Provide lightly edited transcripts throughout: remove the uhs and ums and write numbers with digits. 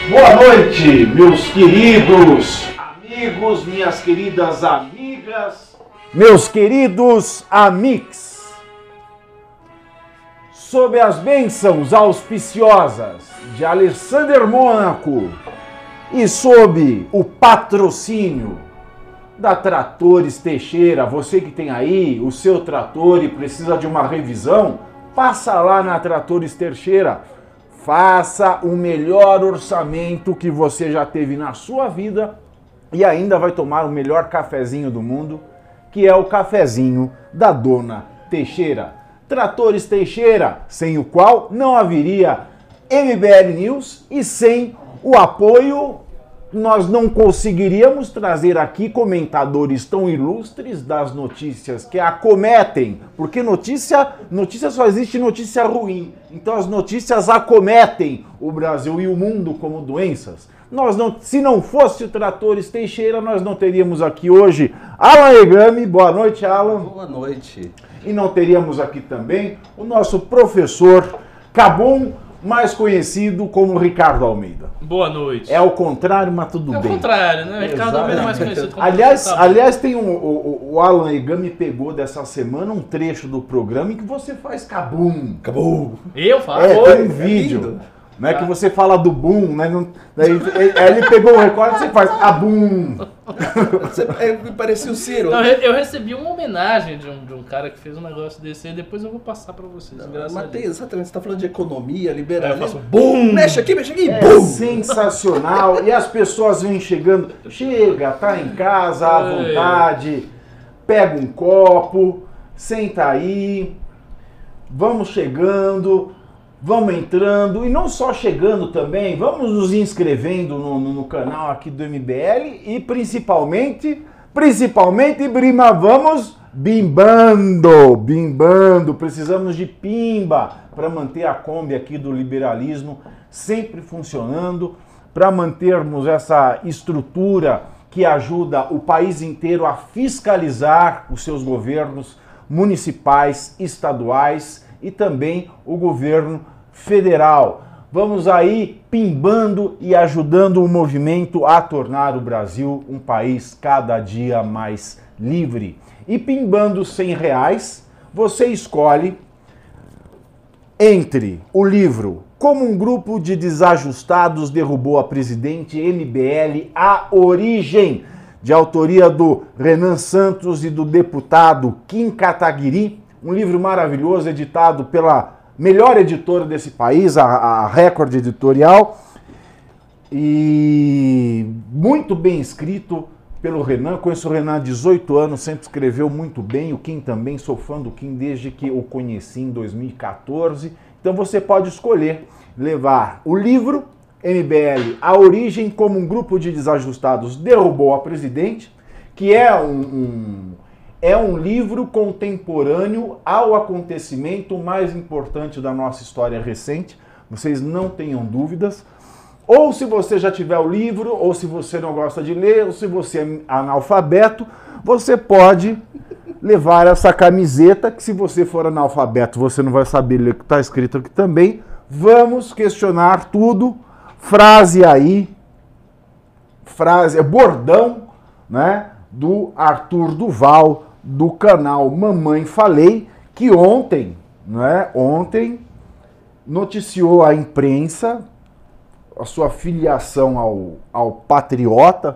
Boa noite, meus queridos amigos, minhas queridas amigas, meus queridos amigos. Sob as bênçãos auspiciosas de Alexander Mônaco e sob o patrocínio da Tratores Teixeira, você que tem aí o seu trator e precisa de uma revisão, passa lá na Tratores Teixeira. Faça o melhor orçamento que você já teve na sua vida e ainda vai tomar o melhor cafezinho do mundo, que é o cafezinho da Dona Teixeira. Tratores Teixeira, sem o qual não haveria MBL News e sem o apoio nós não conseguiríamos trazer aqui comentadores tão ilustres das notícias que acometem, porque notícia só existe notícia ruim, então as notícias acometem o Brasil e o mundo como doenças. Se não fosse o Tratores Teixeira, nós não teríamos aqui hoje Alan Egami. Boa noite, Alan. Boa noite. E não teríamos aqui também o nosso professor Cabum, mais conhecido como Ricardo Almeida. Boa noite. É o contrário, mas tudo bem. É o contrário, né? Ricardo Almeida é mais conhecido como Aliás, tem o Alan Egami pegou dessa semana um trecho do programa em que você faz cabum. Cabum. Eu faço? Tem um vídeo. Né, que você fala do boom, né? Daí ele pegou o recorde e você faz abum. Me parecia o Ciro. Não, eu recebi uma homenagem de um cara que fez um negócio desse aí, depois eu vou passar pra vocês. Mas tem, exatamente, você tá falando de economia, liberalismo. Eu faço bum! Mexe aqui, bum! Sensacional. E as pessoas vêm chegando. Chega, tá em casa, à vontade. Pega um copo, senta aí. Vamos chegando. Vamos entrando, e não só chegando também, vamos nos inscrevendo no canal aqui do MBL e principalmente, Brima, vamos bimbando, precisamos de pimba para manter a Kombi aqui do liberalismo sempre funcionando, para mantermos essa estrutura que ajuda o país inteiro a fiscalizar os seus governos municipais, estaduais e também o governo federal. Vamos aí pimbando e ajudando o movimento a tornar o Brasil um país cada dia mais livre. E pimbando R$100, você escolhe entre o livro Como um Grupo de Desajustados Derrubou a Presidente, MBL, A Origem, de autoria do Renan Santos e do deputado Kim Kataguiri, um livro maravilhoso, editado pela melhor editora desse país, a Record Editorial, e muito bem escrito pelo Renan. Conheço o Renan há 18 anos, sempre escreveu muito bem, o Kim também, sou fã do Kim desde que o conheci em 2014. Então você pode escolher levar o livro MBL, A Origem, Como um Grupo de Desajustados Derrubou a Presidente, que é um livro contemporâneo ao acontecimento mais importante da nossa história recente, vocês não tenham dúvidas. Ou se você já tiver o livro, ou se você não gosta de ler, ou se você é analfabeto, você pode levar essa camiseta, que se você for analfabeto, você não vai saber ler o que está escrito aqui também. Vamos questionar tudo, frase aí, bordão, né, do Arthur Duval, do canal Mamãe Falei, que ontem noticiou a imprensa a sua filiação ao Patriota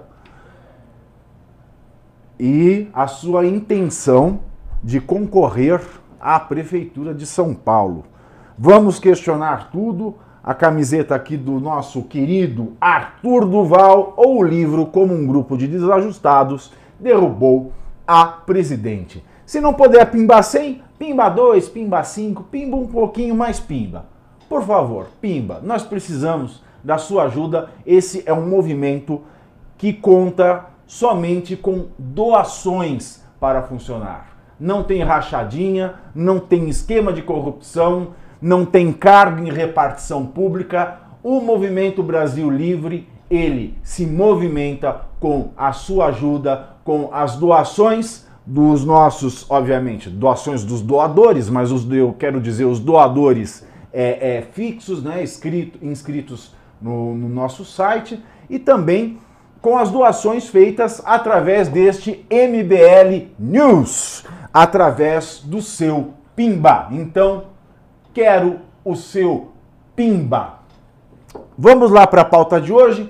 e a sua intenção de concorrer à Prefeitura de São Paulo. Vamos questionar tudo, a camiseta aqui do nosso querido Arthur Duval, ou o livro Como um Grupo de Desajustados Derrubou a Presidente. Se não puder pimbar 100, pimba 2, pimba 5, pimba um pouquinho mais pimba. Por favor, pimba. Nós precisamos da sua ajuda. Esse é um movimento que conta somente com doações para funcionar. Não tem rachadinha, não tem esquema de corrupção, não tem cargo em repartição pública. O Movimento Brasil Livre, ele se movimenta com a sua ajuda, com as doações dos nossos, obviamente, doações dos doadores, mas eu quero dizer os doadores fixos, né, inscritos no nosso site e também com as doações feitas através deste MBL News, através do seu Pimba. Então, quero o seu Pimba. Vamos lá para a pauta de hoje.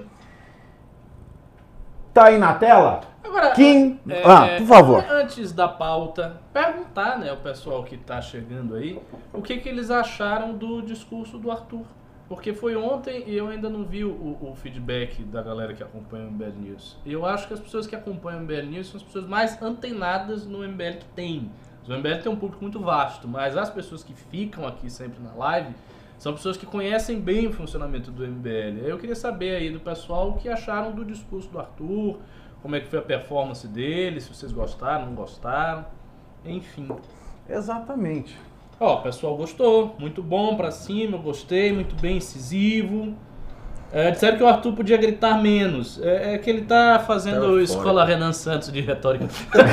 Tá aí na tela? Agora, Kim... por favor. Antes da pauta, perguntar, né, o pessoal que tá chegando aí, o que eles acharam do discurso do Arthur. Porque foi ontem e eu ainda não vi o feedback da galera que acompanha o MBL News. E eu acho que as pessoas que acompanham o MBL News são as pessoas mais antenadas no MBL que tem. O MBL tem um público muito vasto, mas as pessoas que ficam aqui sempre na live são pessoas que conhecem bem o funcionamento do MBL. Eu queria saber aí do pessoal o que acharam do discurso do Arthur, como é que foi a performance dele, se vocês gostaram, não gostaram, enfim. Exatamente. Ó, o pessoal gostou, muito bom, pra cima, eu gostei, muito bem, incisivo. Disseram que o Arthur podia gritar menos. É que ele tá fazendo escola Renan Santos de retórica.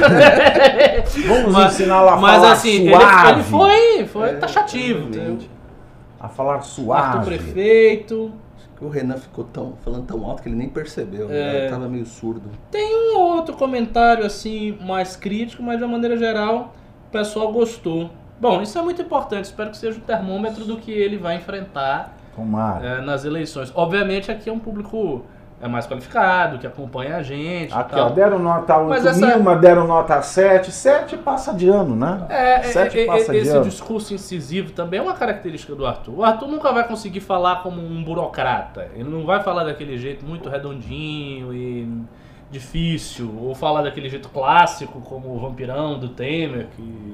Vamos ensinar lá a mas falar assim, suave. ele foi taxativo. A falar suave. Arthur prefeito. O Renan ficou falando tão alto que ele nem percebeu, né? Ele tava meio surdo. Tem um outro comentário assim mais crítico, mas de uma maneira geral o pessoal gostou. Bom, isso é muito importante, espero que seja o termômetro do que ele vai enfrentar nas eleições. Obviamente aqui é um público mais qualificado, que acompanha a gente. Aqui, ó, deram nota 8.000, mas deram nota 7. 7 passa de ano, né? 7 passa de ano. Esse discurso incisivo também é uma característica do Arthur. O Arthur nunca vai conseguir falar como um burocrata. Ele não vai falar daquele jeito muito redondinho e difícil, ou falar daquele jeito clássico, como o vampirão do Temer, que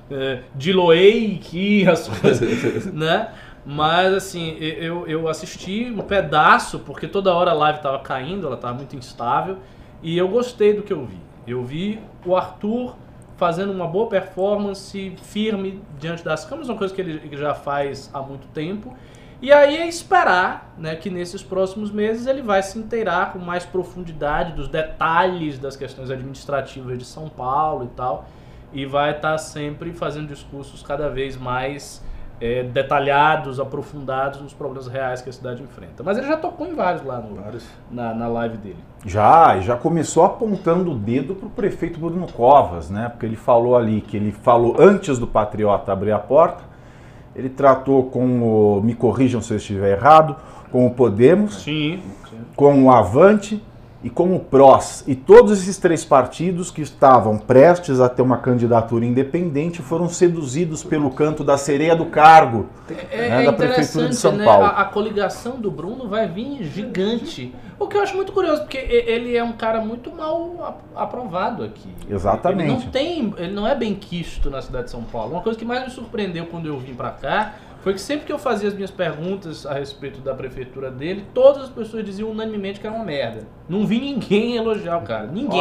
diloei que as coisas, né? Mas assim, eu assisti um pedaço, porque toda hora a live tava caindo, ela tava muito instável, e eu gostei do que eu vi. Eu vi o Arthur fazendo uma boa performance, firme diante das câmeras, uma coisa que ele já faz há muito tempo. E aí é esperar, né, que nesses próximos meses ele vai se inteirar com mais profundidade dos detalhes das questões administrativas de São Paulo e tal, e vai estar sempre fazendo discursos cada vez mais detalhados, aprofundados nos problemas reais que a cidade enfrenta. Mas ele já tocou em vários lá na live dele. Já começou apontando o dedo pro prefeito Bruno Covas, né? Porque ele falou ali que ele falou antes do Patriota abrir a porta, ele tratou com o, me corrijam se eu estiver errado, com o Podemos, sim. Com o Avante e com o PROS. E todos esses três partidos que estavam prestes a ter uma candidatura independente foram seduzidos pelo canto da sereia do cargo, né, da Prefeitura de São Paulo. A coligação do Bruno vai vir gigante. O que eu acho muito curioso, porque ele é um cara muito mal aprovado aqui. Exatamente. Ele não é bem quisto na cidade de São Paulo. Uma coisa que mais me surpreendeu quando eu vim pra cá foi que sempre que eu fazia as minhas perguntas a respeito da prefeitura dele, todas as pessoas diziam unanimemente que era uma merda. Não vi ninguém elogiar o cara. Ninguém.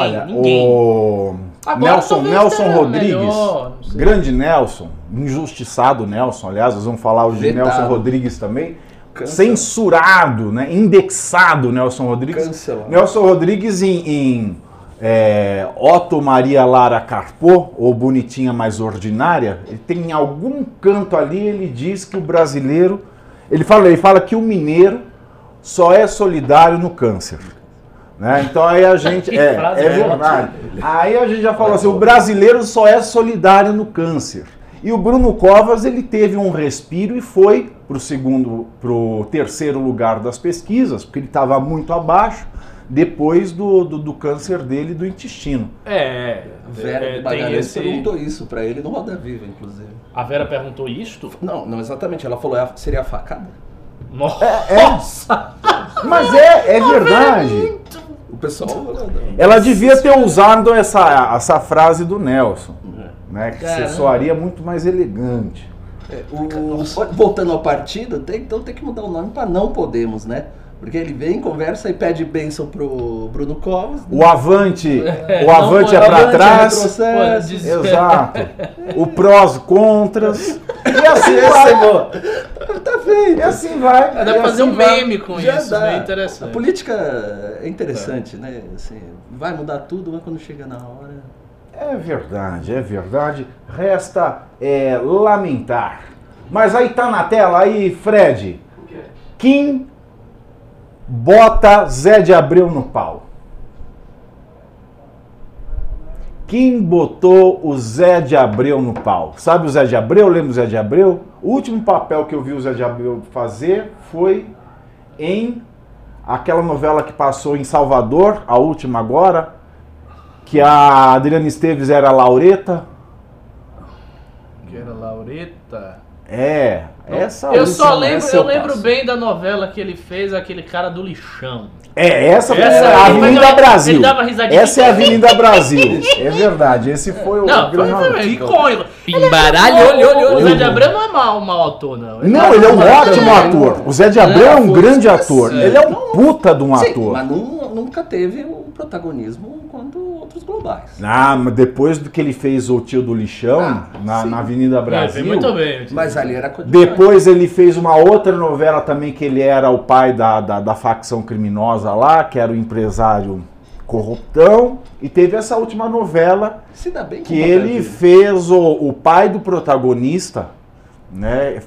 O Nelson Rodrigues, grande Nelson, injustiçado Nelson, aliás, nós vamos falar hoje de Nelson Rodrigues também. Censurado, né? Indexado Nelson Rodrigues. Cancelado. Nelson Rodrigues em Otto Maria Lara Carpô, ou Bonitinha Mais Ordinária, ele tem em algum canto ali, ele diz que o brasileiro, ele fala que o mineiro só é solidário no câncer. Né? Então aí a gente, é verdade, aí a gente já falou assim, o brasileiro só é solidário no câncer. E o Bruno Covas, ele teve um respiro e foi pro terceiro lugar das pesquisas, porque ele estava muito abaixo, depois do câncer dele do intestino. Vera Magalhães perguntou isso pra ele no Roda Viva, inclusive. A Vera perguntou isto? Não exatamente. Ela falou, seria a facada? Nossa! Mas é verdade. O pessoal... Ela devia ter usado essa frase do Nelson, né? Que você soaria muito mais elegante. Voltando ao partido, então tem que mudar o nome pra Não Podemos, né? Porque ele vem, conversa e pede bênção pro Bruno Covas. O Avante é pra trás. Exato. O prós, contras. E assim vai. Tá feito. E assim vai. Dá pra fazer um meme com isso, bem interessante. A política é interessante, né? Assim, vai mudar tudo, mas quando chega na hora... É verdade. Resta lamentar. Mas aí tá na tela aí, Fred. Kim bota Zé de Abreu no pau? Quem botou o Zé de Abreu no pau? Sabe o Zé de Abreu? Lembra o Zé de Abreu? O último papel que eu vi o Zé de Abreu fazer foi em aquela novela que passou em Salvador, a última agora, que a Adriana Esteves era a Laureta. Que era Laureta? É, essa eu lembro bem da novela que ele fez, aquele cara do lixão. Essa foi a Avenida Brasil. Ele dava risadinha. Essa é a Avenida Brasil. É verdade, esse foi o... Não, foi icônico. Pimbaralho, O Zé de Abreu não é mau ator, não. Não, ele é um ótimo ator. O Zé de Abreu é um grande ator. Ele é um puta de um ator. Sim, mas nunca teve um protagonismo quanto outros globais. Ah, mas depois do que ele fez o Tio do Lixão, na Avenida Brasil... muito bem. Mas ali era... Depois ele fez uma outra novela também, que ele era o pai da facção criminosa lá, que era o empresário corruptão. E teve essa última novela Se dá bem com que o ele papel fez o pai do protagonista, né?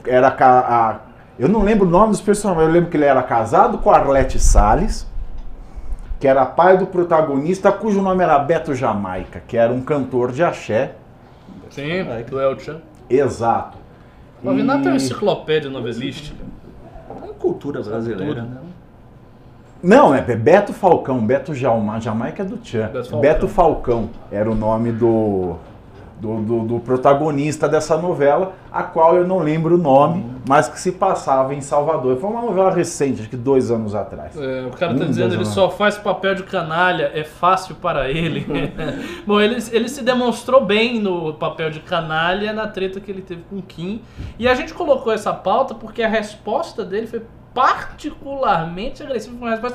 Eu não lembro o nome dos personagens, eu lembro que ele era casado com a Arlete Salles, que era pai do protagonista, cujo nome era Beto Jamaica, que era um cantor de axé. Sim, do El Chan. Exato. O Vinato é uma enciclopédia novelística. É a cultura brasileira, né? Não, é Beto Falcão, Beto Jamaica é do Tchan. Beto Falcão era o nome do protagonista dessa novela, a qual eu não lembro o nome, mas que se passava em Salvador. Foi uma novela recente, acho que 2 anos atrás. O cara tá dizendo, ele só faz papel de canalha, é fácil para ele. Bom, ele se demonstrou bem no papel de canalha na treta que ele teve com o Kim. E a gente colocou essa pauta porque a resposta dele foi particularmente agressiva, foi uma resposta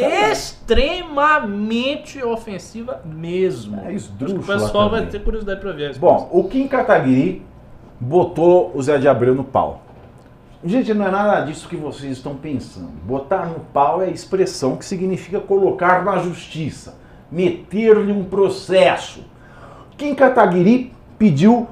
extremamente ofensiva mesmo. É esdrúxula. O pessoal vai também. ter curiosidade para ver a resposta. Bom, o Kim Kataguiri botou o Zé de Abreu no pau. Gente, não é nada disso que vocês estão pensando. Botar no pau é a expressão que significa colocar na justiça, meter-lhe um processo. Kim Kataguiri pediu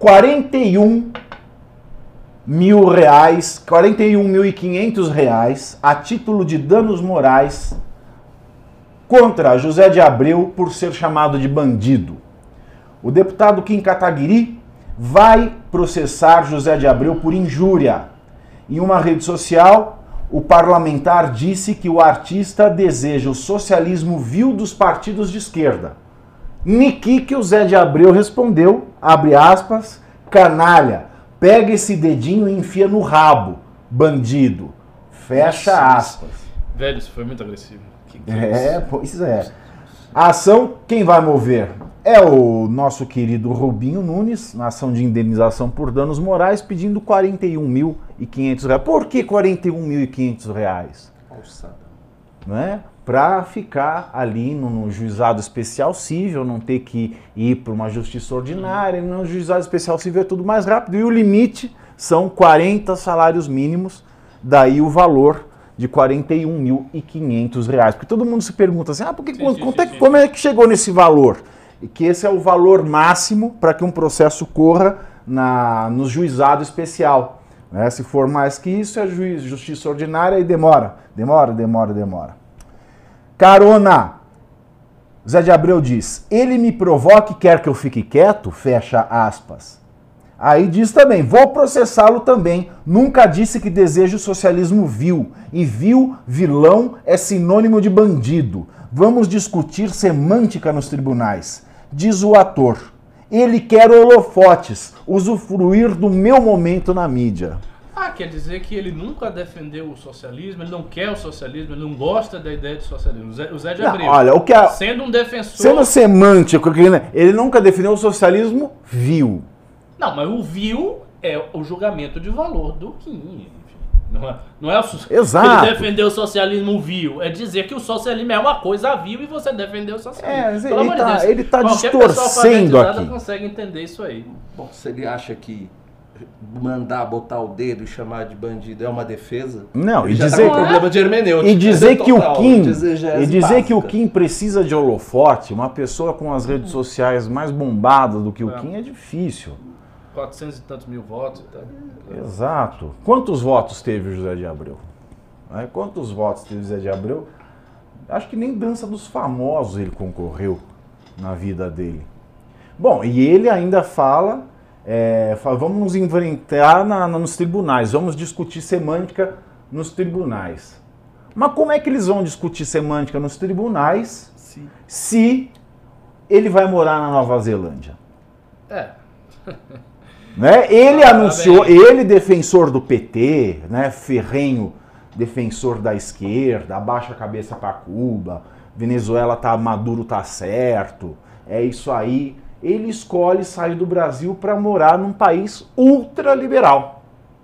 41.500 reais a título de danos morais contra José de Abreu por ser chamado de bandido. O deputado Kim Kataguiri vai processar José de Abreu por injúria. Em uma rede social, o parlamentar disse que o artista deseja o socialismo vil dos partidos de esquerda. Niki que o Zé de Abreu respondeu, abre aspas, canalha, pega esse dedinho e enfia no rabo, bandido. Fecha aspas. Velho, isso foi muito agressivo. Pois é. A ação, quem vai mover? É o nosso querido Rubinho Nunes, na ação de indenização por danos morais, pedindo R$41.500. Por que R$41.500? Não é? Para ficar ali no juizado especial civil, não ter que ir para uma justiça ordinária. No juizado especial civil é tudo mais rápido. E o limite são 40 salários mínimos, daí o valor de R$41.500. Porque todo mundo se pergunta assim, como é que chegou nesse valor? E que esse é o valor máximo para que um processo corra no juizado especial. Né? Se for mais que isso, é justiça ordinária e demora. Carona. Zé de Abreu diz, ele me provoca e quer que eu fique quieto? Fecha aspas. Aí diz também, vou processá-lo também. Nunca disse que desejo socialismo vil. E vil, vilão, é sinônimo de bandido. Vamos discutir semântica nos tribunais. Diz o ator. Ele quer holofotes, usufruir do meu momento na mídia. Quer dizer que ele nunca defendeu o socialismo, ele não quer o socialismo, ele não gosta da ideia de socialismo. O Zé de Abreu, sendo um defensor... Sendo semântico, ele nunca defendeu o socialismo vil. Não, mas o vil é o julgamento de valor do Kim. Não é Exato. Ele defendeu o socialismo vil. É dizer que o socialismo é uma coisa vil e você defendeu o socialismo. Ele está distorcendo aqui. Consegue entender isso aí. Bom, se ele acha que mandar botar o dedo e chamar de bandido é uma defesa, não, e dizer tá problema de hermenêutica. E dizer que o Kim precisa de holofote, uma pessoa com as redes sociais mais bombadas do que o Kim é difícil. 400 e tantos mil votos e tal. Exato. Quantos votos teve o José de Abreu? Né? Quantos votos teve Zé de Abreu? Acho que nem Dança dos Famosos ele concorreu na vida dele. Bom, e ele ainda fala, vamos nos enfrentar nos tribunais, vamos discutir semântica nos tribunais. Mas como é que eles vão discutir semântica nos tribunais se ele vai morar na Nova Zelândia? Né? Ele anunciou, ele defensor do PT, né, ferrenho defensor da esquerda, abaixa a cabeça para Cuba, Venezuela Maduro tá certo, é isso aí. Ele escolhe sair do Brasil para morar num país ultraliberal.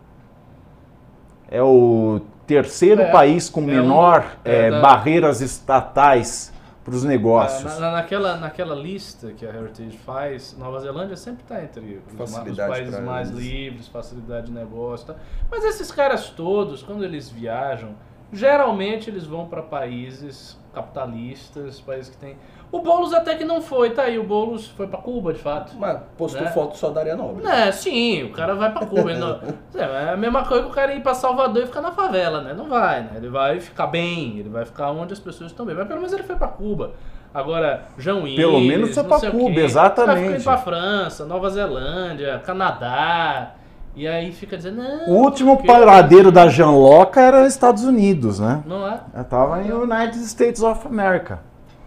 É o terceiro país com menor barreiras estatais para os negócios. Naquela lista que a Heritage faz, Nova Zelândia sempre está entre os países mais livres, facilidade de negócio. Tá? Mas esses caras todos, quando eles viajam, geralmente eles vão para países capitalistas, países que tem... O Boulos até que não foi, tá aí, o Boulos foi pra Cuba, de fato. Mas postou foto só da área nobre. Sim, o cara vai pra Cuba. É a mesma coisa que o cara ir pra Salvador e ficar na favela, né? Não vai, né? Ele vai ficar bem, ele vai ficar onde as pessoas estão bem. Mas pelo menos ele foi pra Cuba. Agora, João Willis, pelo menos foi pra Cuba, exatamente. Vai ficar pra França, Nova Zelândia, Canadá... E aí fica dizendo... Não, o último paradeiro da Janloca era Estados Unidos, né? Não é? Eu tava em United States of America.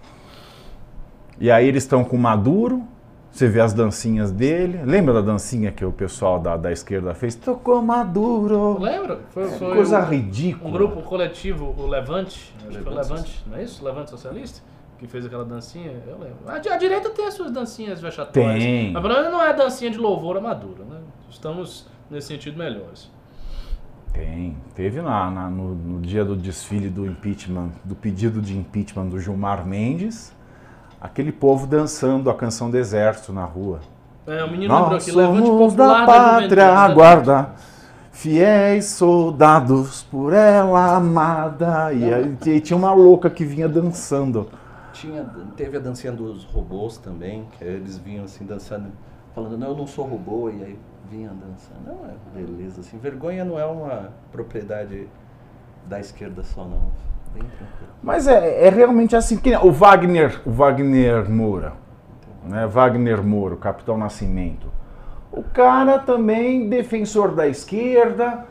E aí eles estão com o Maduro, você vê as dancinhas dele. Lembra da dancinha que o pessoal da esquerda fez? Tocou Maduro. Lembro. Foi coisa ridícula. Um grupo coletivo, o Levante, acho que foi o Levante, não é isso? Levante Socialista? Que fez aquela dancinha, eu lembro. A direita tem as suas dancinhas vexatórias. Tem. Mas pelo menos não é a dancinha de louvor a Maduro, né? Estamos, nesse sentido, melhores. Teve no dia do desfile do impeachment, do pedido de impeachment do Gilmar Mendes, aquele povo dançando a canção do Exército na rua. O menino lembrou aqui, Levante Popular da pátria aguarda, fiéis soldados por ela amada. E tinha uma louca que vinha dançando. Teve a dancinha dos robôs também, que eles vinham assim dançando, falando, não, eu não sou robô, e aí vinha dançando. Não, beleza, assim, vergonha não é uma propriedade da esquerda só, não. Bem tranquilo. Mas é realmente assim, que o Wagner Moura, né? Wagner Moura, o Capitão Nascimento. O cara também defensor da esquerda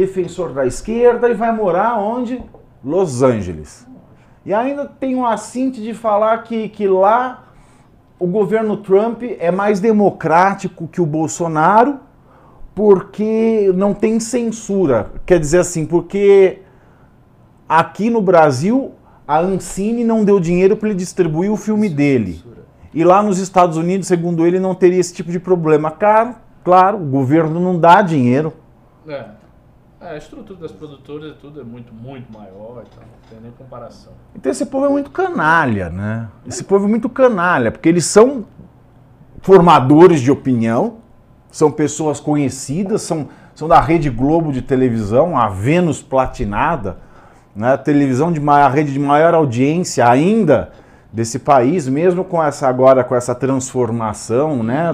e vai morar onde? Los Angeles. E ainda tem um assinte de falar que lá o governo Trump é mais democrático que o Bolsonaro porque não tem censura. Quer dizer assim, porque aqui no Brasil a Ancine não deu dinheiro para ele distribuir o filme dele. E lá nos Estados Unidos, segundo ele, não teria esse tipo de problema. Claro, o governo não dá dinheiro. A estrutura das produtoras e tudo é muito, muito maior, então não tem nem comparação. Então esse povo é muito canalha, né? Esse povo é muito canalha, porque eles são formadores de opinião, são pessoas conhecidas, são da Rede Globo de televisão, a Vênus Platinada, né? A rede de maior audiência ainda desse país, mesmo com essa transformação, né,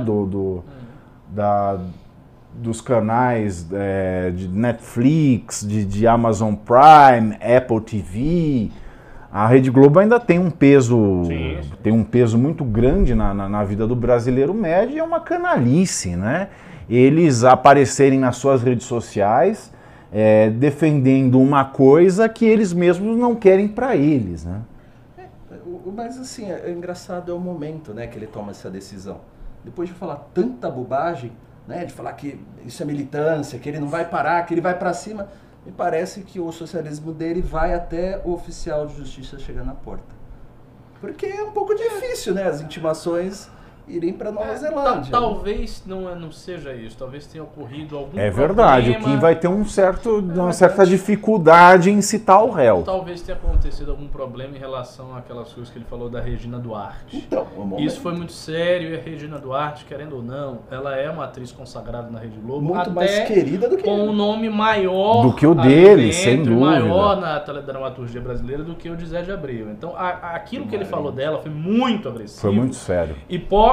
dos canais de Netflix, de Amazon Prime, Apple TV, a Rede Globo ainda tem um peso, muito grande na vida do brasileiro médio, e é uma canalice, né? Eles aparecerem nas suas redes sociais defendendo uma coisa que eles mesmos não querem para eles, né? Mas assim, engraçado é o momento, né, que ele toma essa decisão. Depois de falar tanta bobagem, né, de falar que isso é militância, que ele não vai parar, que ele vai para cima, me parece que o socialismo dele vai até o oficial de justiça chegar na porta. Porque é um pouco difícil, né, as intimações irem para Nova Zelândia. Talvez não seja isso, talvez tenha ocorrido algum problema. É verdade, o Kim vai ter uma certa dificuldade em citar o réu. Talvez tenha acontecido algum problema em relação àquelas coisas que ele falou da Regina Duarte. Então, isso foi muito sério, e a Regina Duarte, querendo ou não, ela é uma atriz consagrada na Rede Globo. Muito mais querida do que com um nome maior do que o dele, sem dúvida. Maior na teledramaturgia brasileira do que o de Zé de Abreu. Então, aquilo que ele falou dela foi muito agressivo. Foi muito sério.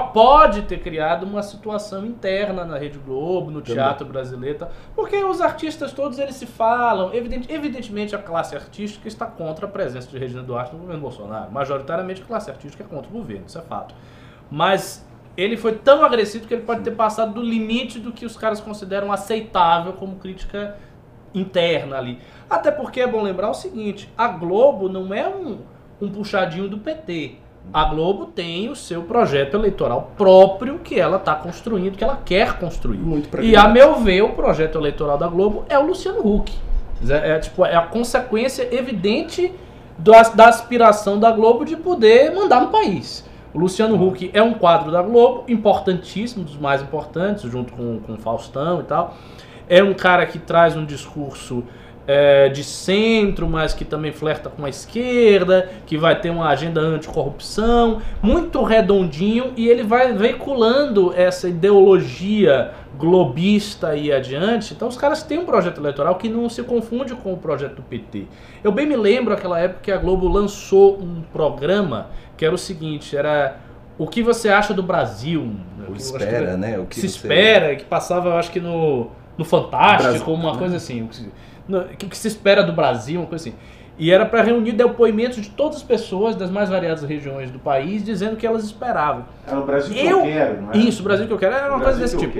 pode ter criado uma situação interna na Rede Globo, no teatro brasileiro, tá? Porque os artistas todos eles se falam, evidentemente a classe artística está contra a presença de Regina Duarte no governo Bolsonaro, majoritariamente a classe artística é contra o governo, isso é fato. Mas ele foi tão agressivo que ele pode ter passado do limite do que os caras consideram aceitável como crítica interna ali. Até porque é bom lembrar o seguinte, a Globo não é um puxadinho do PT. A Globo tem o seu projeto eleitoral próprio que ela está construindo, que ela quer construir. E, a meu ver, o projeto eleitoral da Globo é o Luciano Huck. É a consequência evidente da aspiração da Globo de poder mandar no país. O Luciano Huck é um quadro da Globo, importantíssimo, dos mais importantes, junto com o Faustão e tal. É um cara que traz um discurso de centro, mas que também flerta com a esquerda, que vai ter uma agenda anticorrupção, muito redondinho, e ele vai veiculando essa ideologia globista e adiante. Então os caras têm um projeto eleitoral que não se confunde com o projeto do PT. Eu bem me lembro aquela época que a Globo lançou um programa que era o seguinte, era o que você acha do Brasil? O espera, né? O que se espera, que passava, eu acho que no Fantástico, uma coisa assim. O que se espera do Brasil, uma coisa assim. E era para reunir depoimentos de todas as pessoas das mais variadas regiões do país, dizendo o que elas esperavam. Era o Brasil que eu quero, não é? Isso, o Brasil que eu quero, era uma coisa desse tipo.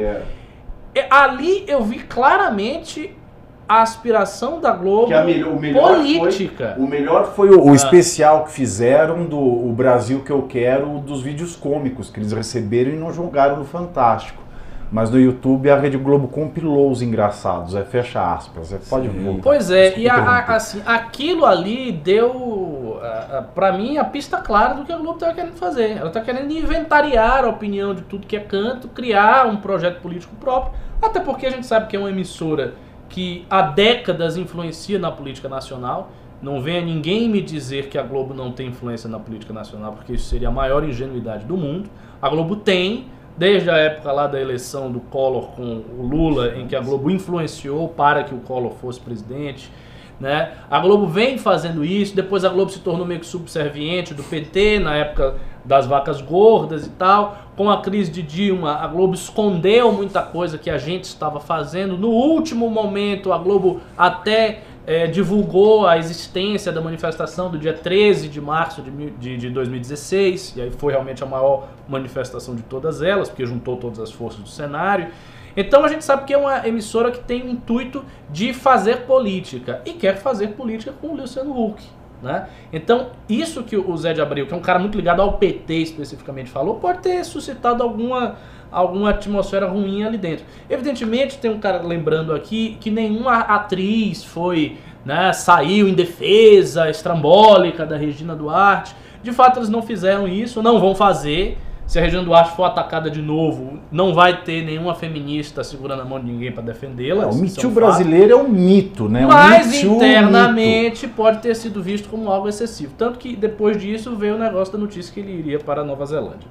Ali eu vi claramente a aspiração da Globo política. O melhor foi o especial que fizeram do O Brasil que eu quero, dos vídeos cômicos que eles receberam e não jogaram no Fantástico. Mas no YouTube a Rede Globo compilou os engraçados, fecha aspas, pode voltar. Pois é, e assim, aquilo ali deu, pra mim, a pista clara do que a Globo estava querendo fazer. Ela está querendo inventariar a opinião de tudo que é canto, criar um projeto político próprio, até porque a gente sabe que é uma emissora que há décadas influencia na política nacional. Não venha ninguém me dizer que a Globo não tem influência na política nacional, porque isso seria a maior ingenuidade do mundo. A Globo tem. Desde a época lá da eleição do Collor com o Lula, em que a Globo influenciou para que o Collor fosse presidente, né? A Globo vem fazendo isso, depois a Globo se tornou meio que subserviente do PT, na época das vacas gordas e tal. Com a crise de Dilma, a Globo escondeu muita coisa que a gente estava fazendo. No último momento, a Globo até divulgou a existência da manifestação do dia 13 de março de 2016, e aí foi realmente a maior manifestação de todas elas, porque juntou todas as forças do cenário. Então a gente sabe que é uma emissora que tem o intuito de fazer política, e quer fazer política com o Luciano Huck, né? Então isso que o Zé de Abreu, que é um cara muito ligado ao PT especificamente, falou, pode ter suscitado alguma atmosfera ruim ali dentro. Evidentemente tem um cara lembrando aqui que nenhuma atriz foi, né, saiu em defesa estrambólica da Regina Duarte. De fato eles não fizeram isso, não vão fazer. Se a Regina Duarte for atacada de novo, não vai ter nenhuma feminista segurando a mão de ninguém para defendê-la. O Me Too brasileiro é um mito, né? Mas internamente pode ter sido visto como algo excessivo. Tanto que depois disso veio o negócio da notícia que ele iria para a Nova Zelândia.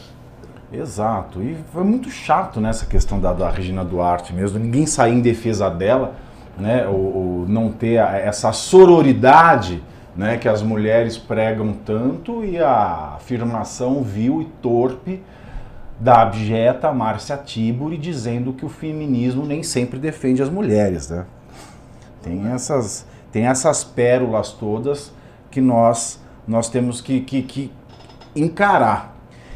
Exato, e foi muito chato nessa questão da Regina Duarte mesmo, ninguém sair em defesa dela, né, ou não ter essa sororidade, né, que as mulheres pregam tanto, e a afirmação vil e torpe da abjeta Márcia Tiburi dizendo que o feminismo nem sempre defende as mulheres, né? Tem essas pérolas todas que nós temos que encarar.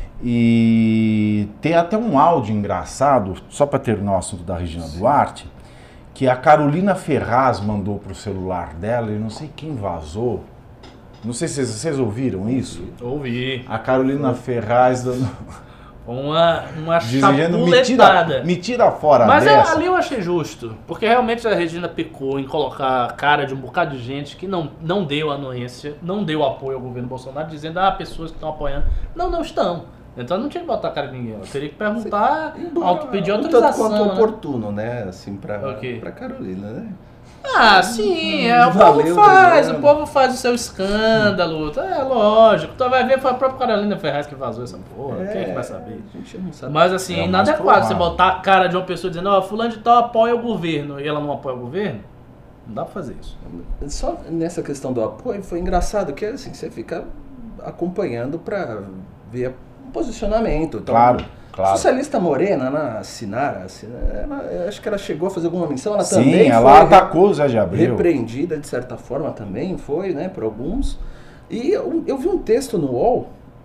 E tem até um áudio engraçado, só para terminar o assunto da Regina Duarte, que a Carolina Ferraz mandou para o celular dela, e não sei quem vazou. Não sei se vocês ouviram isso. Ouvi. A Carolina Ferraz dando... Uma dizendo, chapuletada. me tira fora mas dessa. Ali eu achei justo, porque realmente a Regina pecou em colocar a cara de um bocado de gente que não deu anuência, não deu apoio ao governo Bolsonaro, dizendo, pessoas que estão apoiando. Não estão. Então não tinha que botar a cara de ninguém. Eu teria que perguntar, pedir autorização. Tanto quanto oportuno, né? Assim, pra Carolina, né? Sim, o povo faz o seu escândalo, lógico. Tu vai ver, foi a própria Carolina Ferraz que vazou essa porra, quem é que vai saber? A gente não sabe. Mas assim, inadequado você botar a cara de uma pessoa dizendo, fulano de tal apoia o governo, e ela não apoia o governo, não dá pra fazer isso. Só nessa questão do apoio, foi engraçado que assim, você fica acompanhando pra ver posicionamento. Então, Claro. Socialista Morena, na Sinara, acho que ela chegou a fazer alguma menção, ela Sim, também ela foi atacou o Zé de Abreu. repreendida de certa forma também, foi, né, por alguns. E eu vi um texto no UOL,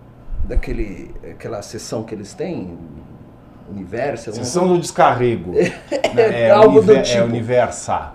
aquela sessão que eles têm, Universo... Sessão do descarrego. Algo do tipo. Universar,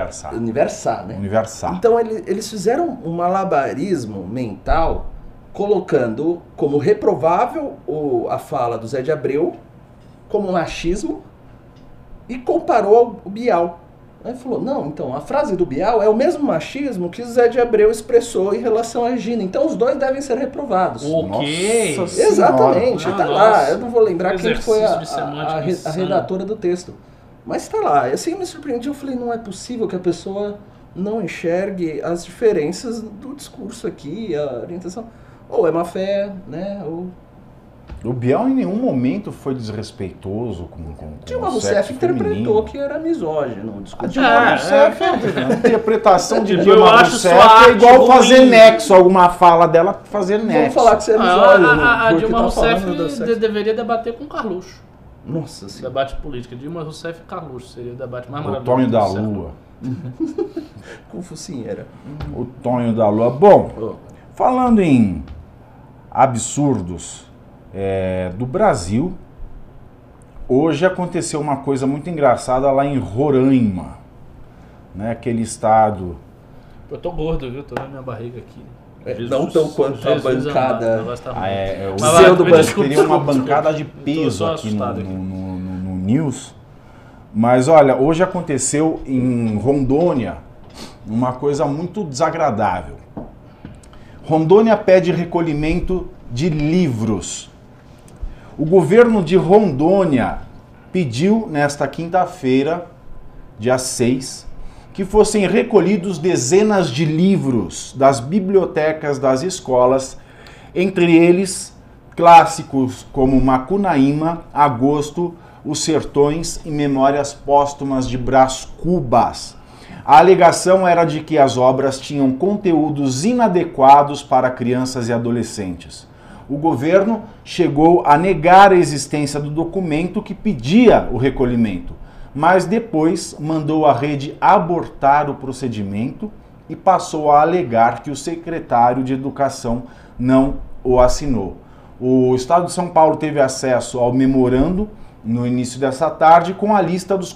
né? Universar. Então eles fizeram um malabarismo mental, colocando como reprovável a fala do Zé de Abreu, como machismo, e comparou ao Bial. Aí falou, não, então, a frase do Bial é o mesmo machismo que o Zé de Abreu expressou em relação a Gina. Então os dois devem ser reprovados. Ok. Nossa Exatamente, Senhora. tá lá. Eu não vou lembrar quem foi a semântica redatora do texto. Mas tá lá. Assim eu me surpreendi, eu falei, não é possível que a pessoa não enxergue as diferenças do discurso aqui, a orientação. Ou é má fé, né? Ou... O Bial em nenhum momento foi desrespeitoso com Dilma o Rousseff sexo interpretou feminino. que era misógino. A Desculpa. Dilma Rousseff, a interpretação de Eu Dilma acho Rousseff sua é arte igual ruim. fazer nexo, alguma fala dela fazer nexo. Vamos falar que você é misógino. A porque Dilma tá Rousseff falando do sexo. deveria debater com Carluxo. Nossa senhora. Debate político. Dilma Rousseff e Carluxo seria o debate mais O maravilhoso. Tonho da do século. Lua. Com focinheira. O Tonho da Lua. Bom, Oh. falando em absurdos do Brasil, hoje aconteceu uma coisa muito engraçada lá em Roraima, né? Aquele estado... Eu tô gordo, viu? Tô vendo minha barriga aqui. Não tão quanto a bancada. amado, tá ruim. o Mas Zé vai, do me Banco desculpe, teria uma desculpe, bancada de desculpe. Eu tô peso só aqui assustado no News. Mas olha, hoje aconteceu em Rondônia uma coisa muito desagradável. Rondônia pede recolhimento de livros. O governo de Rondônia pediu nesta quinta-feira, dia 6, que fossem recolhidos dezenas de livros das bibliotecas das escolas, entre eles clássicos como Macunaíma, Agosto, Os Sertões e Memórias Póstumas de Brás Cubas. A alegação era de que as obras tinham conteúdos inadequados para crianças e adolescentes. O governo chegou a negar a existência do documento que pedia o recolhimento, mas depois mandou a rede abortar o procedimento e passou a alegar que o secretário de Educação não o assinou. O Estado de São Paulo teve acesso ao memorando no início dessa tarde com a lista dos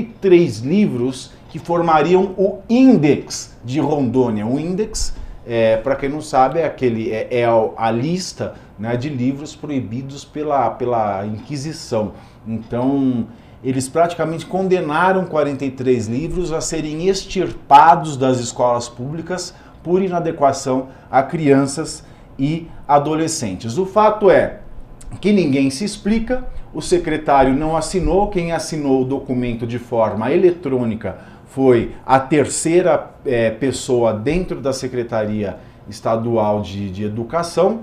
43 livros que formariam o Índex de Rondônia. O Índex, para quem não sabe, é a lista, né, de livros proibidos pela Inquisição. Então, eles praticamente condenaram 43 livros a serem extirpados das escolas públicas por inadequação a crianças e adolescentes. O fato é que ninguém se explica, o secretário não assinou, quem assinou o documento de forma eletrônica foi a terceira pessoa dentro da Secretaria Estadual de Educação.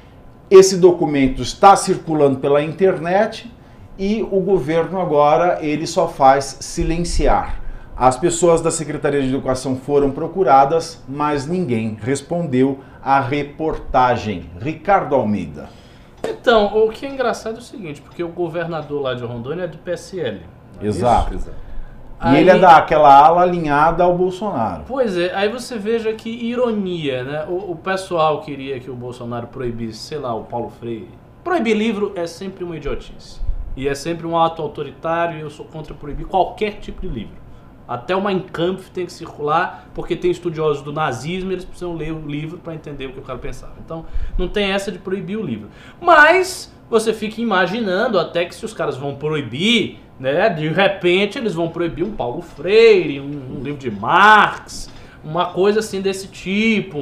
Esse documento está circulando pela internet e o governo agora ele só faz silenciar. As pessoas da Secretaria de Educação foram procuradas, mas ninguém respondeu à reportagem. Ricardo Almeida. Então, o que é engraçado é o seguinte, porque o governador lá de Rondônia é do PSL. Exato. Isso. E ele é daquela ala alinhada ao Bolsonaro. Pois é, aí você veja que ironia, né? O pessoal queria que o Bolsonaro proibisse, sei lá, o Paulo Freire. Proibir livro é sempre uma idiotice. E é sempre um ato autoritário e eu sou contra proibir qualquer tipo de livro. Até o Mein Kampf tem que circular, porque tem estudiosos do nazismo e eles precisam ler o livro para entender o que o cara pensava. Então, não tem essa de proibir o livro. Mas você fica imaginando até que se os caras vão proibir, né, de repente eles vão proibir um Paulo Freire, um livro de Marx, uma coisa assim desse tipo,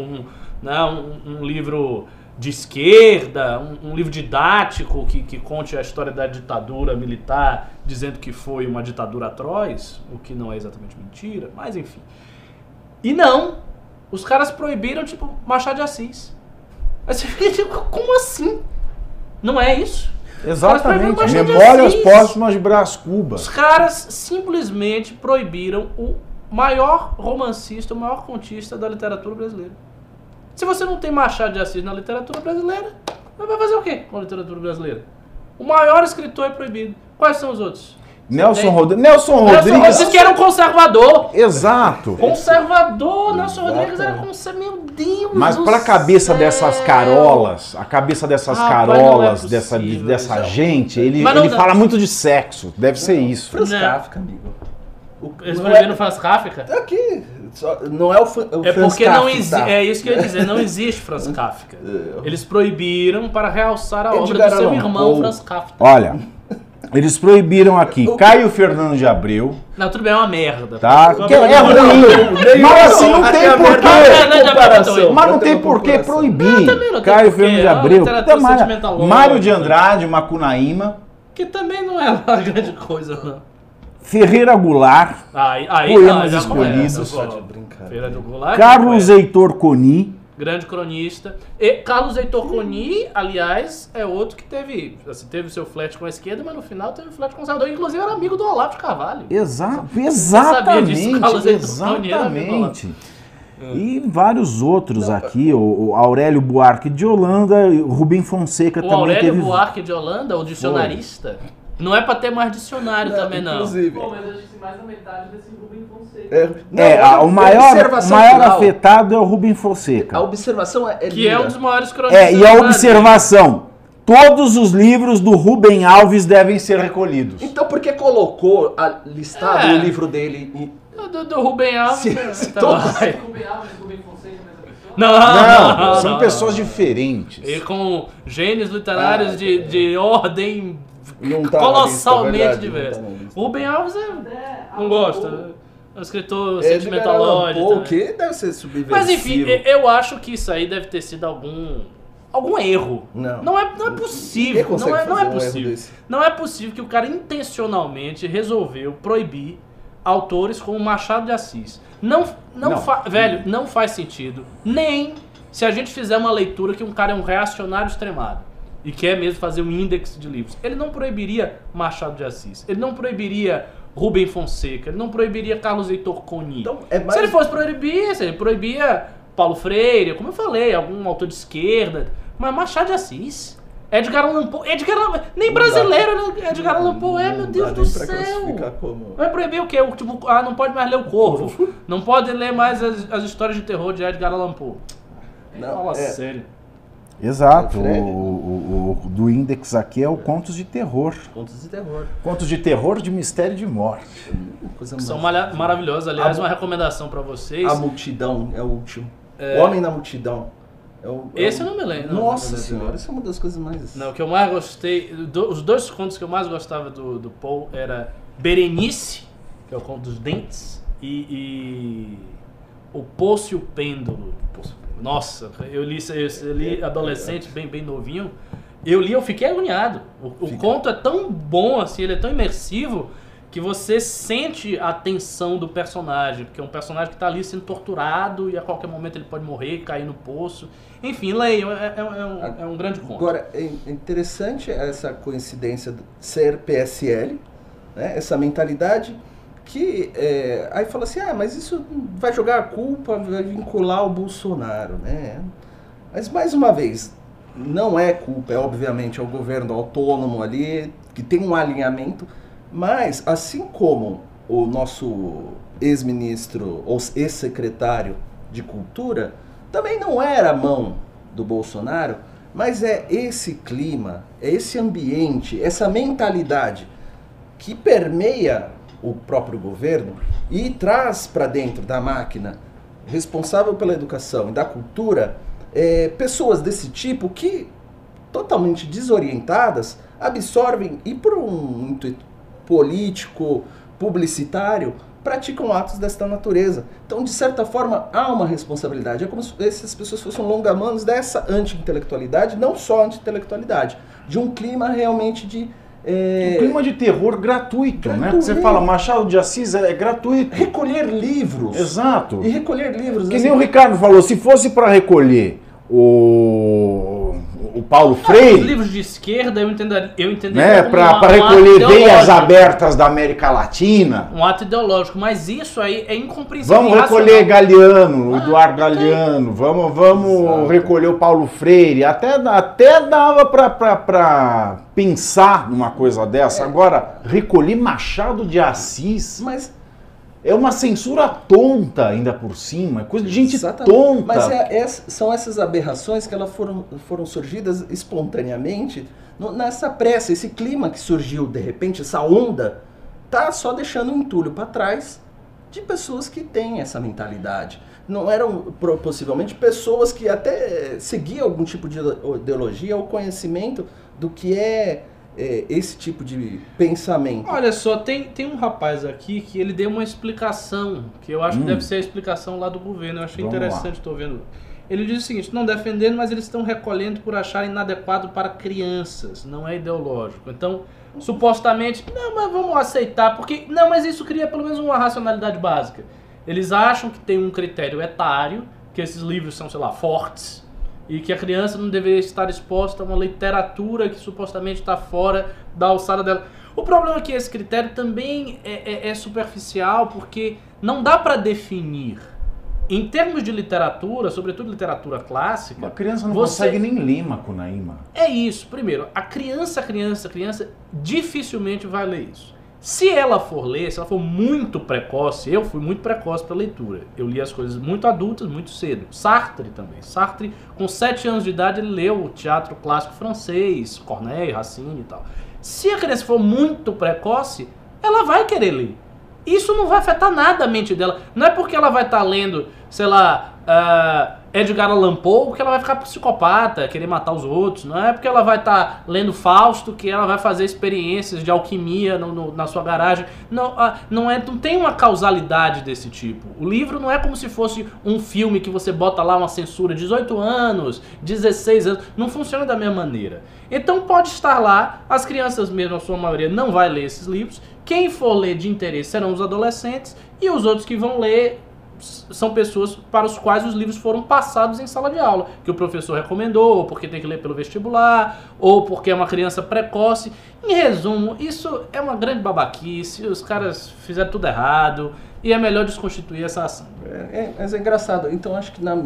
um livro de esquerda, um livro didático que conte a história da ditadura militar, dizendo que foi uma ditadura atroz, o que não é exatamente mentira, mas enfim. E não, os caras proibiram, tipo, Machado de Assis. Aí você fica tipo, como assim? Não é isso? Exatamente, Machado de Memórias Assis. Póstumas de Brás Cubas. Os caras simplesmente proibiram o maior romancista, o maior contista da literatura brasileira. Se você não tem Machado de Assis na literatura brasileira, Mas vai fazer o quê com a literatura brasileira? O maior escritor é proibido. Quais são os outros? Nelson Nelson Rodrigues. Rodrigues que era um conservador. Exato. Conservador. Nelson Rodrigues era conservador. Meu Deus. Mas do para a cabeça céu. dessas carolas, carolas não é dessa possível, gente, ele Mas não- fala muito de sexo. Deve ser isso. Franz Não. Kafka, amigo. Eles Não proibiram é- Franz Kafka? Aqui, não é o Franz É porque não Kafka, existe. tá? É isso que eu ia dizer, não existe Franz Kafka. Eles proibiram para realçar a obra Edgar do seu Allan irmão Poe. Franz Kafka. Olha, eles proibiram aqui Caio Fernando de Abreu, Não, tudo bem, é uma merda. tá? Que é ruim. Mas assim não tem porquê. Mas não tem porquê proibir. também não tem Caio porquê, Fernando de é uma Abreu. literatura sentimentalógica. Mário de Andrade, Macunaíma, Que também não é uma grande coisa, não. Ferreira Goulart, Aí Poemas já não é, escolhidos. não pode. De brincar. Feira do Goulart, Carlos que é Heitor Coni. grande cronista. E Carlos Heitor Coni, aliás, é outro que teve o seu flerte com a esquerda, mas no final teve um flerte conservador. Inclusive era amigo do Olavo de Carvalho. Exatamente, disso, Carlos Heitor Coni era amigo do Olavo. exatamente. E vários outros aqui, o Aurélio Buarque de Holanda, o Rubem Fonseca O também Aurélio teve... Buarque de Holanda, o dicionarista, não é pra ter mais dicionário também, não. Inclusive. Pô, mas eu acho que mais da metade desse Rubem Fonseca. o maior observação final. afetado é o Rubem Fonseca. A observação é Que é um dos maiores cronistas. E a do Brasil. observação, todos os livros do Rubem Alves devem ser recolhidos. Então por que colocou listado É. o livro dele em... Do Rubem Alves. Se tá todos- bom. Rubem Alves e Rubem Fonseca, a mesma pessoa? Não, são não, pessoas não. diferentes. E com gênios literários de ordem Não tá na colossalmente lista, verdade, diversa. não tá na lista. O Rubem Alves não gosta. É um escritor Edgar Allan sentimentalóide. Poe, também. que deve ser subversivo. Mas enfim, eu acho que isso aí deve ter sido algum erro. Não. Não é possível. Ninguém consegue Não é fazer um erro possível. desse. Não é possível que o cara intencionalmente resolveu proibir autores como Machado de Assis. Não. Velho, não faz sentido. Nem se a gente fizer uma leitura que um cara é um reacionário extremado e quer mesmo fazer um índice de livros. Ele não proibiria Machado de Assis. Ele não proibiria Rubem Fonseca. Ele não proibiria Carlos Heitor Coni. Então, é mais... Se ele fosse proibir, ele proibia Paulo Freire, como eu falei, algum autor de esquerda. Mas Machado de Assis, Edgar Allan Poe, nem Não brasileiro, né? Edgar Allan Poe é, meu Não Deus dá do nem pra céu. classificar como... Vai proibir o quê? Tipo, não pode mais ler o Corvo. Não pode ler mais as histórias de terror de Edgar Allan Poe. Não, Fala é. sério. Exato, Fred? o do Index aqui é o Contos de Terror. Contos de terror. Contos de terror, de mistério e de morte. Coisa São mais- maravilhosos. Aliás, uma recomendação pra vocês. A Multidão é o último. O Homem na Multidão. Esse eu não me lembro. Nossa não, senhora, isso é uma das coisas mais... Não, o que eu mais gostei... Os dois contos que eu mais gostava do Poe era Berenice, que é o conto dos dentes, e O Poço e o Pêndulo. Nossa, eu li adolescente, bem novinho. Eu fiquei agoniado. O conto é tão bom, assim, ele é tão imersivo, que você sente a tensão do personagem, porque é um personagem que está ali sendo torturado e a qualquer momento ele pode morrer, cair no poço. Enfim, leiam, é um grande conto. Agora, é interessante essa coincidência de ser PSL, né? Essa mentalidade que aí fala assim, mas isso vai jogar a culpa, vai vincular o Bolsonaro, né? Mas mais uma vez, não é culpa, obviamente é o governo autônomo ali, que tem um alinhamento, mas assim como o nosso ex-ministro ou ex-secretário de Cultura, também não era a mão do Bolsonaro, mas é esse clima, é esse ambiente, essa mentalidade que permeia o próprio governo e traz para dentro da máquina responsável pela educação e da cultura pessoas desse tipo que, totalmente desorientadas, absorvem e por um intuito político, publicitário, praticam atos desta natureza. Então, de certa forma, há uma responsabilidade. É como se essas pessoas fossem longa-manos dessa anti-intelectualidade, não só anti-intelectualidade, de um clima realmente de... Um clima de terror gratuito, né? Gratuito. Você fala, Machado de Assis é gratuito. recolher livros. Exato. E recolher livros. Que assim, nem o Ricardo falou, se fosse para recolher o Paulo Freire, Os livros de esquerda eu entenderia né, como para um recolher ato veias ideológico. abertas da América Latina. Um ato ideológico, mas isso aí é incompreensível. Vamos irracional. recolher Galeano, o Eduardo Galeano, vamos recolher o Paulo Freire. Até dava para pensar numa coisa dessa. Agora, recolher Machado de Assis Mas é uma censura tonta ainda por cima, é coisa de gente exatamente. tonta. Mas são essas aberrações que elas foram surgidas espontaneamente nessa pressa, esse clima que surgiu de repente, essa onda, tá só deixando um entulho para trás de pessoas que têm essa mentalidade. Não eram possivelmente pessoas que até seguiam algum tipo de ideologia ou conhecimento do que é esse tipo de pensamento. Olha só, tem um rapaz aqui que ele deu uma explicação, que eu acho que deve ser a explicação lá do governo. Eu achei Vamos interessante, estou vendo. Ele diz o seguinte: não defendendo, mas eles estão recolhendo por acharem inadequado para crianças, não é ideológico. Então, supostamente, não, mas vamos aceitar, porque... Não, mas isso cria pelo menos uma racionalidade básica. Eles acham que tem um critério etário, que esses livros são, sei lá, fortes, e que a criança não deveria estar exposta a uma literatura que supostamente está fora da alçada dela. O problema é que esse critério também é superficial, porque não dá para definir. Em termos de literatura, sobretudo literatura clássica... Uma criança não consegue nem ler Macunaíma. É isso. Primeiro, a criança dificilmente vai ler isso. Se ela for ler, se ela for muito precoce, eu fui muito precoce para leitura. Eu li as coisas muito adultas, muito cedo. Sartre também. Sartre, com 7 anos de idade, ele leu o teatro clássico francês, Corneille, Racine e tal. Se a criança for muito precoce, ela vai querer ler. Isso não vai afetar nada a mente dela. Não é porque ela vai estar lendo, sei lá, Edgar Allan Poe que ela vai ficar psicopata, querer matar os outros. Não é porque ela vai estar lendo Fausto que ela vai fazer experiências de alquimia na sua garagem. Não tem uma causalidade desse tipo. O livro não é como se fosse um filme que você bota lá uma censura 18 anos, 16 anos. Não funciona da mesma maneira. Então pode estar lá, as crianças mesmo, a sua maioria, não vai ler esses livros. Quem for ler de interesse serão os adolescentes, e os outros que vão ler são pessoas para os quais os livros foram passados em sala de aula, que o professor recomendou, ou porque tem que ler pelo vestibular, ou porque é uma criança precoce. Em resumo, isso é uma grande babaquice, os caras fizeram tudo errado, e é melhor desconstituir essa ação. Mas é engraçado. Então, acho que na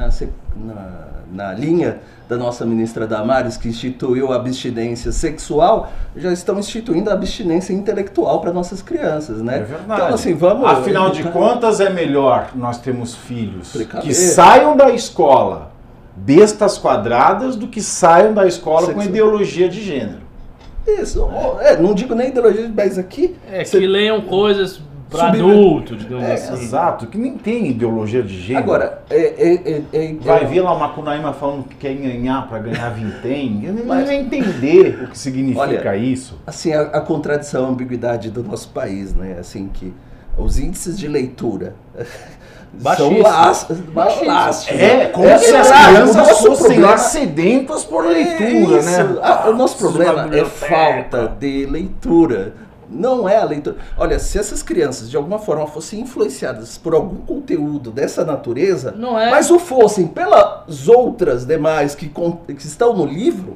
linha da nossa ministra Damares, que instituiu a abstinência sexual, já estão instituindo a abstinência intelectual para nossas crianças, né? É verdade. Então, assim, vamos... Afinal de contas, é melhor nós termos filhos Brincadeira. que saiam da escola bestas quadradas do que saiam da escola com ideologia de gênero. Isso. Não digo nem ideologia, mas aqui... Que leiam coisas para adulto, digamos assim. Exato, que nem tem ideologia de gênero. Agora, vai ver lá o Macunaíma falando que quer ganhar para ganhar vintém. Eu não vai entender o que significa isso. Assim, a contradição, a ambiguidade do nosso país, né? Assim, que os índices de leitura são baixíssimos. Como se as crianças fossem sedentas por leitura, né? O nosso problema é falta de leitura. Não é a leitura. Olha, se essas crianças de alguma forma fossem influenciadas por algum conteúdo dessa natureza, não é. Mas o fossem pelas outras demais que estão no livro,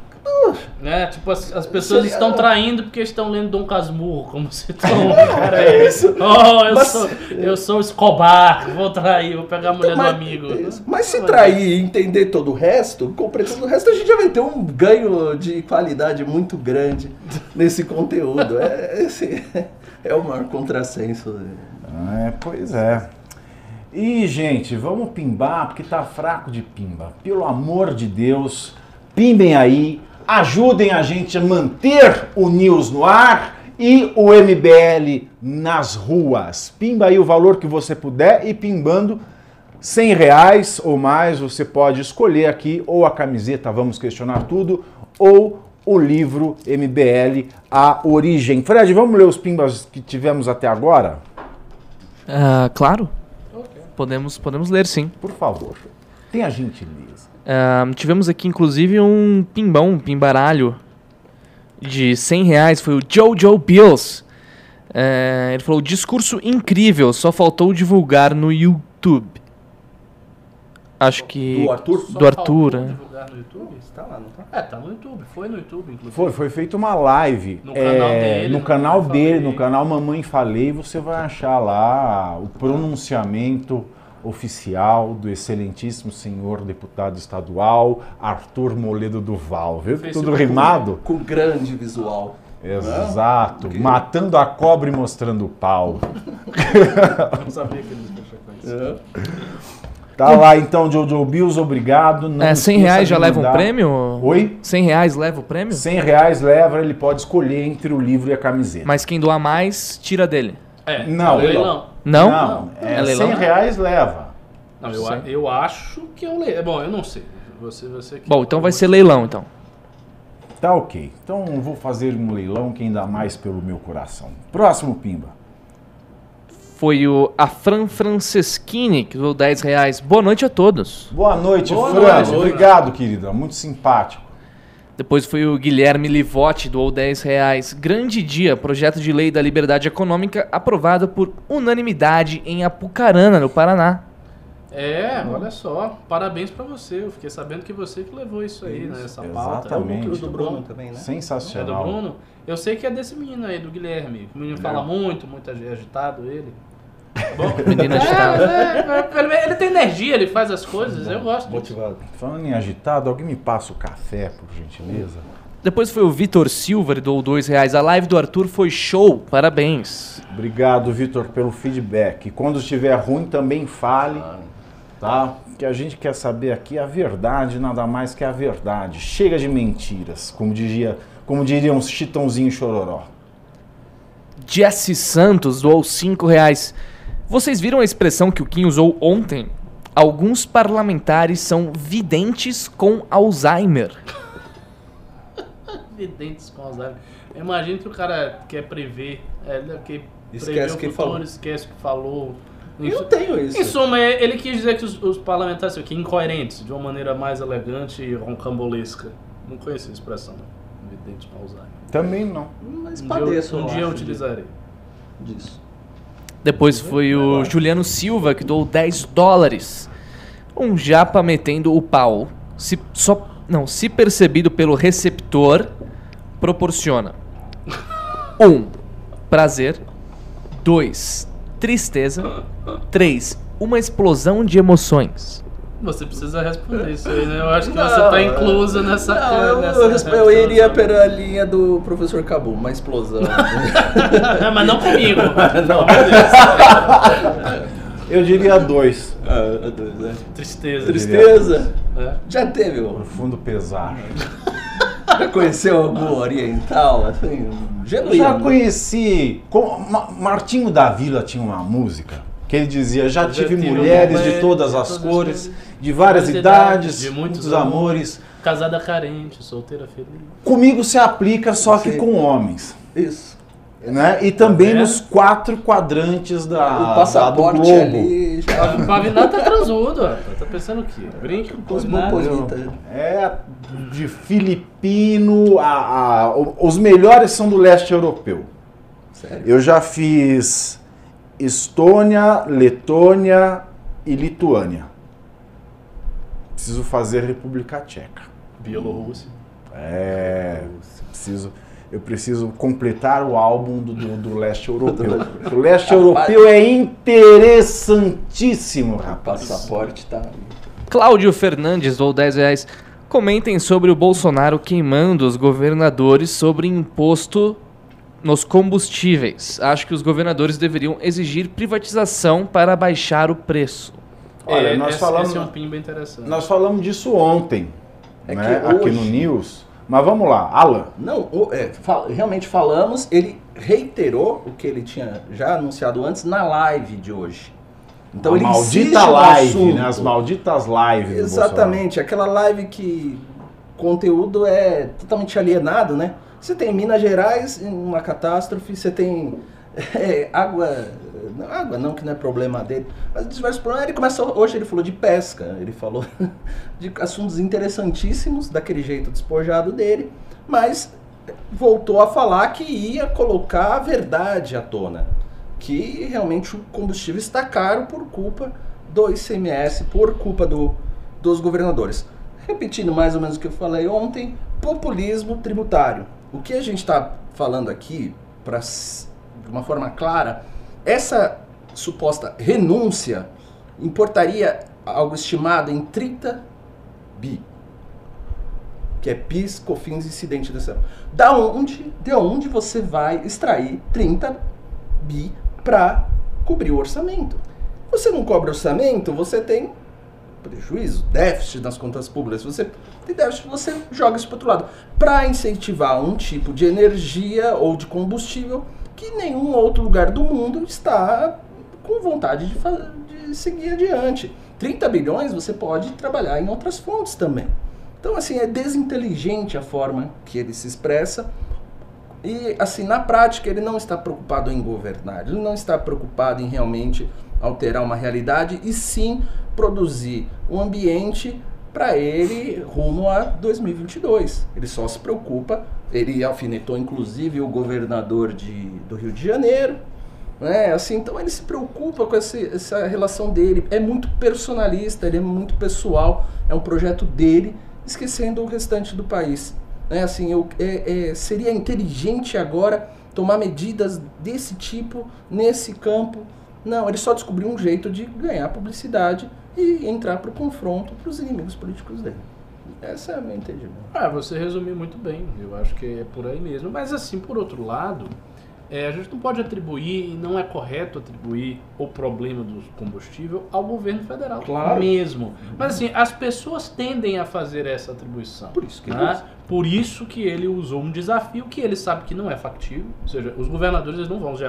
tipo, as pessoas estão traindo porque estão lendo Dom Casmurro, como se estão... isso. Eu sou Escobar, vou trair, vou pegar a mulher do amigo. Mas se trair e entender todo o resto, compreender todo o resto, a gente já vai ter um ganho de qualidade muito grande nesse conteúdo. É o maior contrassenso. Pois é. E, gente, vamos pimbar, porque tá fraco de pimba. Pelo amor de Deus, pimbem aí. Ajudem a gente a manter o News no ar e o MBL nas ruas. Pimba aí o valor que você puder e pimbando R$100 ou mais, você pode escolher aqui ou a camiseta Vamos Questionar Tudo ou o livro MBL A Origem. Fred, vamos ler os pimbas que tivemos até agora? Claro. Podemos ler, sim. Por favor, tenha gentileza. Tivemos aqui, inclusive, um pimbaralho de R$100. Foi o Jojo Bills. Ele falou, discurso incrível, só faltou divulgar no YouTube. Acho que... Do Arthur? Só Do Arthur, faltou né? divulgar no YouTube? Tá lá, não tá? Tá no YouTube. Foi no YouTube, inclusive. Foi feita uma live No canal dele, no no canal Mamãe dele, Falei. no canal Mamãe Falei, você vai achar lá o pronunciamento oficial do excelentíssimo senhor deputado estadual Arthur Moledo Duval, viu? Facebook. Tudo rimado? Com grande visual. Exato, Porque- matando a cobra e mostrando o pau. Não sabia que eles fecham com isso. Tá lá então, Jojo Bills, obrigado. Não 100 esqueça reais de já leva um mandar- prêmio? Oi? 100 reais leva o prêmio? 100 reais leva, ele pode escolher entre o livro e a camiseta. Mas quem doar mais, tira dele. Não, leilão. Não? Não, É leilão? 100 reais leva. Não, Sim. eu acho que é um leilão. Bom, eu não sei. Você que... Bom, então vai ser leilão, então. Tá ok. Então eu vou fazer um leilão que ainda mais pelo meu coração. Próximo, Pimba. Foi a Fran Franceschini, que doou 10 reais. Boa noite a todos. Boa noite, Boa Fran. noite. Obrigado, querida. Muito simpático. Depois foi o Guilherme Livotti, doou 10 reais. Grande dia, projeto de lei da liberdade econômica aprovado por unanimidade em Apucarana, no Paraná. Olha só. Parabéns pra você. Eu fiquei sabendo que você que levou isso aí, né? Essa pauta. É o Exatamente. núcleo do Bruno também, né? É do Sensacional. Bruno? Eu sei que é desse menino aí, do Guilherme. O menino fala muito agitado, ele. Tá bom? Menino agitado. Ele tem energia, ele faz as coisas, eu gosto disso. Motivado. Falando em agitado, alguém me passa o café, por gentileza? Depois foi o Vitor Silva, ele doou 2 reais. A live do Arthur foi show, parabéns. Obrigado, Vitor, pelo feedback. E quando estiver ruim, também fale, tá? Que a gente quer saber aqui a verdade, nada mais que a verdade. Chega de mentiras, como diriam os Chitãozinho e Chororó. Jesse Santos doou 5 reais. Vocês viram a expressão que o Kim usou ontem? Alguns parlamentares são videntes com Alzheimer. Videntes com Alzheimer. Imagina que o cara quer prever, que Esquece o que falou. esquece o que falou. Eu tenho isso. Em suma, ele quis dizer que os parlamentares são incoerentes, de uma maneira mais elegante e roncambolesca. Não conheço a expressão, videntes com Alzheimer. Também não. Mas Um padeço, dia eu acho, utilizarei. disso. Depois foi o Juliano Silva, que doou 10 dólares. Um japa metendo o pau. Se percebido pelo receptor, proporciona 1. Prazer. 2. Tristeza. 3. Uma explosão de emoções. Você precisa responder isso aí, né? Eu acho que você tá inclusa nessa... Eu iria pela linha do professor Cabu, uma explosão. Mas não comigo. Não, Eu diria 2. Tristeza. Tristeza. É. Já teve, Profundo pesar. já conheceu algum oriental, assim, Eu genuíno? já conheci. Martinho da Vila tinha uma música que ele dizia: já tive mulheres de todas as cores, de várias idades, de muitos amores. Casada carente, solteira feliz. Comigo se aplica só que Sim. com homens. Isso. Né? E também vendo? nos 4 quadrantes O do passaporte globo. ali já... O Pavinato tá transudo, ó. Tá pensando o quê? Brinque com o Pavinato. Cosmopolita. É de filipino, os melhores são do leste europeu. Sério? Eu já fiz Estônia, Letônia e Lituânia. Preciso fazer República Tcheca. Bielorrússia. Eu preciso completar o álbum do leste europeu. O leste europeu é interessantíssimo, O rapaz. passaporte tá... Cláudio Fernandes doou 10 reais. Comentem sobre o Bolsonaro queimando os governadores sobre imposto nos combustíveis. Acho que os governadores deveriam exigir privatização para baixar o preço. Olha, nós falamos- Esse é um pimba interessante. Nós falamos disso ontem, É né, que aqui hoje- no News. Mas vamos lá, Alan. Não, realmente falamos, ele reiterou o que ele tinha já anunciado antes na live de hoje. Então A ele insiste maldita no live, assunto. né? As malditas lives do Exatamente, aquela live que o conteúdo é totalmente alienado, né? Você tem Minas Gerais, uma catástrofe, você tem água não, que não é problema dele, mas diversos problemas. Hoje ele falou de pesca, ele falou de assuntos interessantíssimos, daquele jeito despojado dele, mas voltou a falar que ia colocar a verdade à tona, que realmente o combustível está caro por culpa do ICMS, por culpa do dos governadores. Repetindo mais ou menos o que eu falei ontem, populismo tributário. O que a gente está falando aqui, de uma forma clara, essa suposta renúncia importaria algo estimado em 30 bi, que é PIS, COFINS e incidente dessa. De onde você vai extrair 30 bi para cobrir o orçamento? Você não cobre orçamento, você tem prejuízo, déficit nas contas públicas. Você tem déficit, você joga isso para outro lado. Para incentivar um tipo de energia ou de combustível que nenhum outro lugar do mundo está com vontade de seguir adiante. 30 bilhões você pode trabalhar em outras fontes também. Então, assim, é desinteligente a forma que ele se expressa. E, assim, na prática, ele não está preocupado em governar. Ele não está preocupado em realmente alterar uma realidade e sim produzir um ambiente para ele rumo a 2022. Ele só se preocupa, ele alfinetou inclusive o governador do Rio de Janeiro, né? Assim, então ele se preocupa com essa relação dele, é muito personalista, ele é muito pessoal, é um projeto dele, esquecendo o restante do país. Né? Assim, seria inteligente agora tomar medidas desse tipo, nesse campo. Não, ele só descobriu um jeito de ganhar publicidade e entrar para o confronto para os inimigos políticos dele. Essa é a minha entendimento. Você resumiu muito bem, eu acho que é por aí mesmo. Mas assim, por outro lado, a gente não pode atribuir, e não é correto atribuir o problema do combustível ao governo federal. Claro. Mesmo. Mas assim, as pessoas tendem a fazer essa atribuição. Por isso que ele usa. Por isso que ele usou um desafio que ele sabe que não é factível. Ou seja, os governadores eles não vão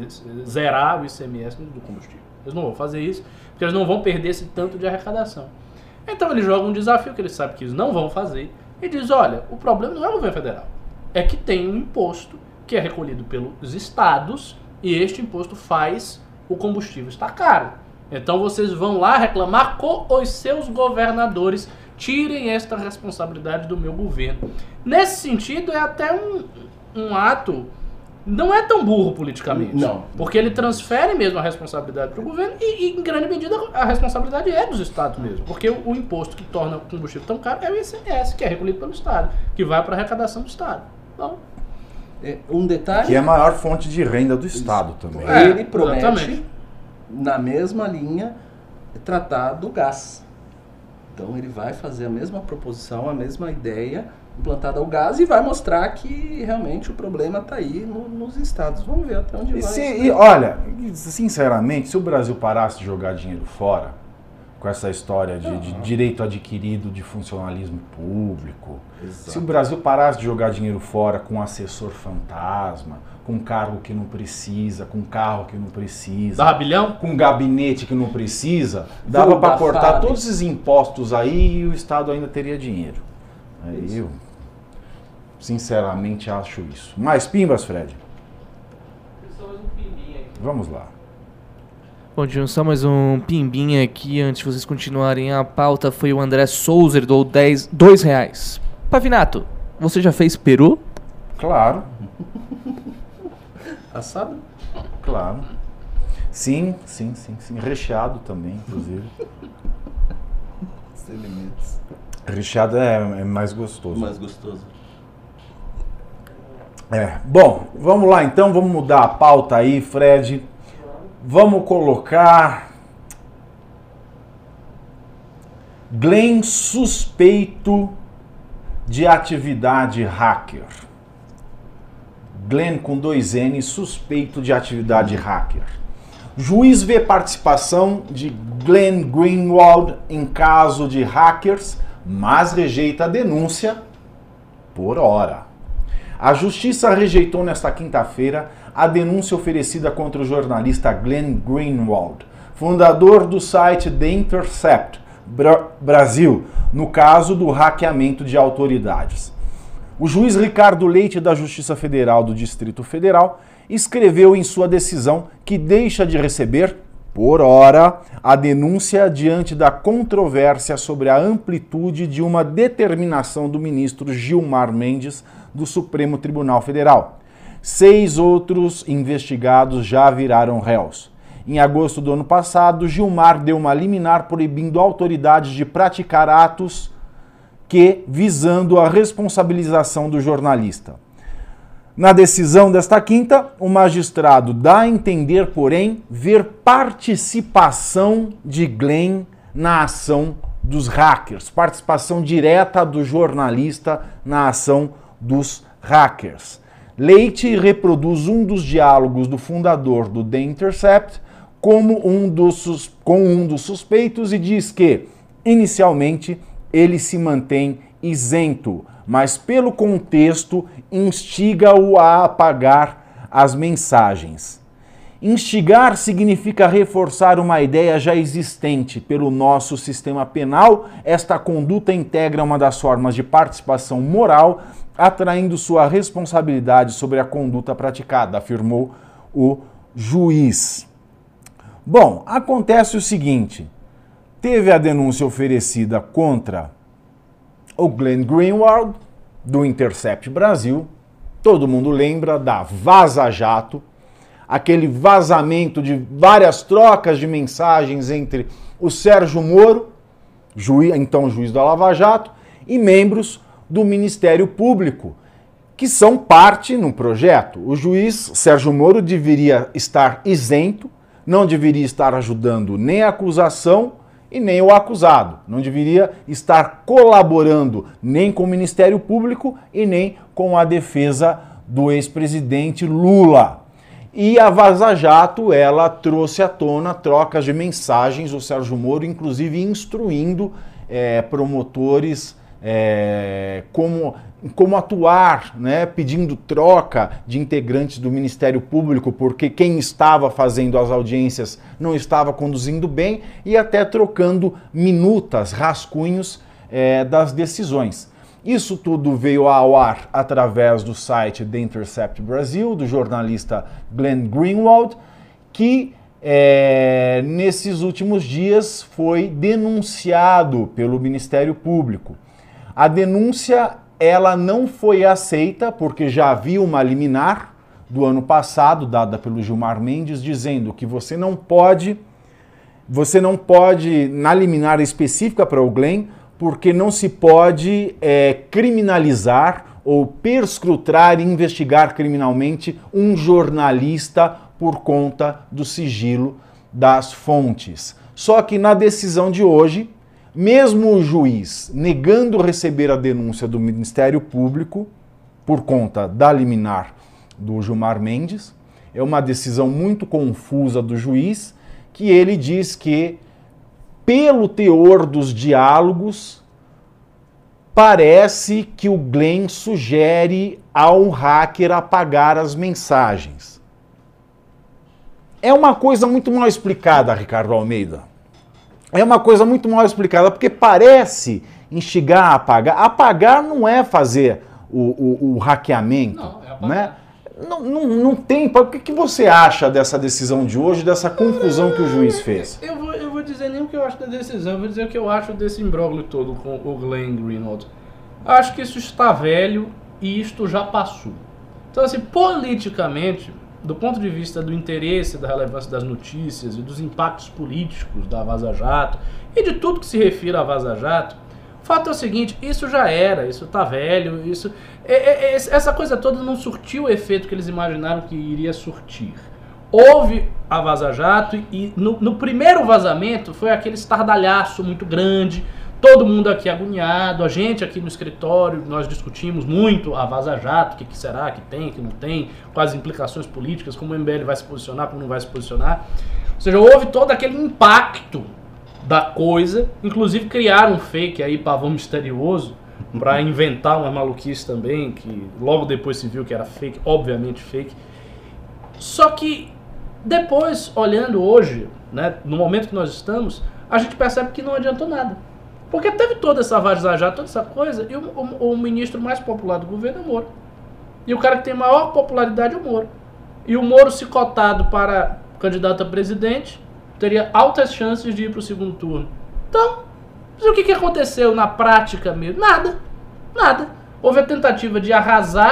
zerar o ICMS do combustível. Eles não vão fazer isso, porque eles não vão perder esse tanto de arrecadação. Então ele joga um desafio que ele sabe que eles não vão fazer e diz, olha, o problema não é o governo federal. É que tem um imposto que é recolhido pelos estados e este imposto faz o combustível estar caro. Então vocês vão lá reclamar com os seus governadores, tirem esta responsabilidade do meu governo. Nesse sentido, é até um ato, não é tão burro politicamente. Não. Porque ele transfere mesmo a responsabilidade para o governo e, em grande medida, a responsabilidade é dos estados mesmo. Porque o imposto que torna o combustível tão caro é o ICMS, que é recolhido pelo estado, que vai para a arrecadação do estado. Então, um detalhe... Que é a maior fonte de renda do estado também. Ele promete, exatamente, na mesma linha, tratar do gás. Então ele vai fazer a mesma proposição, a mesma ideia implantada ao gás e vai mostrar que realmente o problema está aí nos estados. Vamos ver até onde vai. Olha, sinceramente, se o Brasil parasse de jogar dinheiro fora, com essa história de direito adquirido de funcionalismo público, Exato. Se o Brasil parasse de jogar dinheiro fora com assessor fantasma, com cargo que não precisa, com carro que não precisa, dá bilhão? com gabinete que não precisa, dava para cortar todos esses impostos aí e o Estado ainda teria dinheiro. Eu, sinceramente, acho isso. Mais pimbas, Fred? Vamos lá. Bom, Dinho, só mais um pimbinha aqui antes de vocês continuarem a pauta. Foi o André Souza, ele doou R$2. Pavinato, você já fez peru? Claro. Assado? Claro. Sim. Recheado também, inclusive. Sem limites. Recheado é mais gostoso. Mais gostoso. Bom, vamos lá então, vamos mudar a pauta aí, Fred. Vamos colocar Glenn suspeito de atividade hacker. Glenn com 2 N, suspeito de atividade hacker. Juiz vê participação de Glenn Greenwald em caso de hackers, mas rejeita a denúncia por hora. A Justiça rejeitou nesta quinta-feira a denúncia oferecida contra o jornalista Glenn Greenwald, fundador do site The Intercept Brasil, no caso do hackeamento de autoridades. O juiz Ricardo Leite, da Justiça Federal do Distrito Federal, escreveu em sua decisão que deixa de receber, por hora, a denúncia diante da controvérsia sobre a amplitude de uma determinação do ministro Gilmar Mendes do Supremo Tribunal Federal. 6 outros investigados já viraram réus. Em agosto do ano passado, Gilmar deu uma liminar proibindo autoridades de praticar atos visando a responsabilização do jornalista. Na decisão desta quinta, o magistrado dá a entender, porém, ver participação de Glenn na ação dos hackers, participação direta do jornalista na ação dos hackers. Leite reproduz um dos diálogos do fundador do The Intercept com um dos suspeitos e diz que, inicialmente, ele se mantém isento, mas pelo contexto instiga-o a apagar as mensagens. Instigar significa reforçar uma ideia já existente. Pelo nosso sistema penal, esta conduta integra uma das formas de participação moral, atraindo sua responsabilidade sobre a conduta praticada, afirmou o juiz. Bom, acontece o seguinte, teve a denúncia oferecida contra o Glenn Greenwald, do Intercept Brasil, todo mundo lembra da Vaza Jato, aquele vazamento de várias trocas de mensagens entre o Sérgio Moro, então juiz da Lava Jato, e membros do Ministério Público, que são parte no projeto. O juiz Sérgio Moro deveria estar isento, não deveria estar ajudando nem a acusação e nem o acusado. Não deveria estar colaborando nem com o Ministério Público e nem com a defesa do ex-presidente Lula. E a Vaza Jato, ela trouxe à tona trocas de mensagens, o Sérgio Moro, inclusive instruindo promotores como atuar, né, pedindo troca de integrantes do Ministério Público, porque quem estava fazendo as audiências não estava conduzindo bem, e até trocando minutas, rascunhos das decisões. Isso tudo veio ao ar através do site The Intercept Brasil, do jornalista Glenn Greenwald, que nesses últimos dias foi denunciado pelo Ministério Público. A denúncia ela não foi aceita porque já havia uma liminar do ano passado, dada pelo Gilmar Mendes, dizendo que você não pode, na liminar específica para o Glenn, porque não se pode criminalizar ou perscrutar e investigar criminalmente um jornalista por conta do sigilo das fontes. Só que na decisão de hoje, mesmo o juiz negando receber a denúncia do Ministério Público por conta da liminar do Gilmar Mendes, é uma decisão muito confusa do juiz, que ele diz que, pelo teor dos diálogos, parece que o Glenn sugere ao hacker apagar as mensagens. É uma coisa muito mal explicada, Ricardo Almeida. É uma coisa muito mal explicada, porque parece instigar a apagar. Apagar não é fazer o hackeamento, não, é apagar. Né? Não tem. O que você acha dessa decisão de hoje, dessa confusão que o juiz fez? Eu vou dizer nem o que eu acho da decisão, eu vou dizer o que eu acho desse imbróglio todo com o Glenn Greenwald. Acho que isso está velho e isto já passou. Então, assim, politicamente, do ponto de vista do interesse, da relevância das notícias e dos impactos políticos da Vaza Jato e de tudo que se refere à Vaza Jato, o fato é o seguinte, isso já era, isso tá velho, essa coisa toda não surtiu o efeito que eles imaginaram que iria surtir. Houve a Vaza Jato e no primeiro vazamento foi aquele estardalhaço muito grande, todo mundo aqui agoniado, a gente aqui no escritório, nós discutimos muito a Vaza Jato, o que será que tem, que não tem, quais as implicações políticas, como o MBL vai se posicionar, como não vai se posicionar. Ou seja, houve todo aquele impacto da coisa, inclusive criaram um fake aí, pavão misterioso, para inventar uma maluquice também, que logo depois se viu que era fake, obviamente fake. Só que depois, olhando hoje, né, no momento que nós estamos, a gente percebe que não adiantou nada. Porque teve toda essa Vaza Jato, toda essa coisa, e o ministro mais popular do governo é o Moro. E o cara que tem maior popularidade é o Moro. E o Moro, se cotado para candidato a presidente, teria altas chances de ir para o segundo turno. Então, o que aconteceu na prática mesmo? Nada. Houve a tentativa de arrasar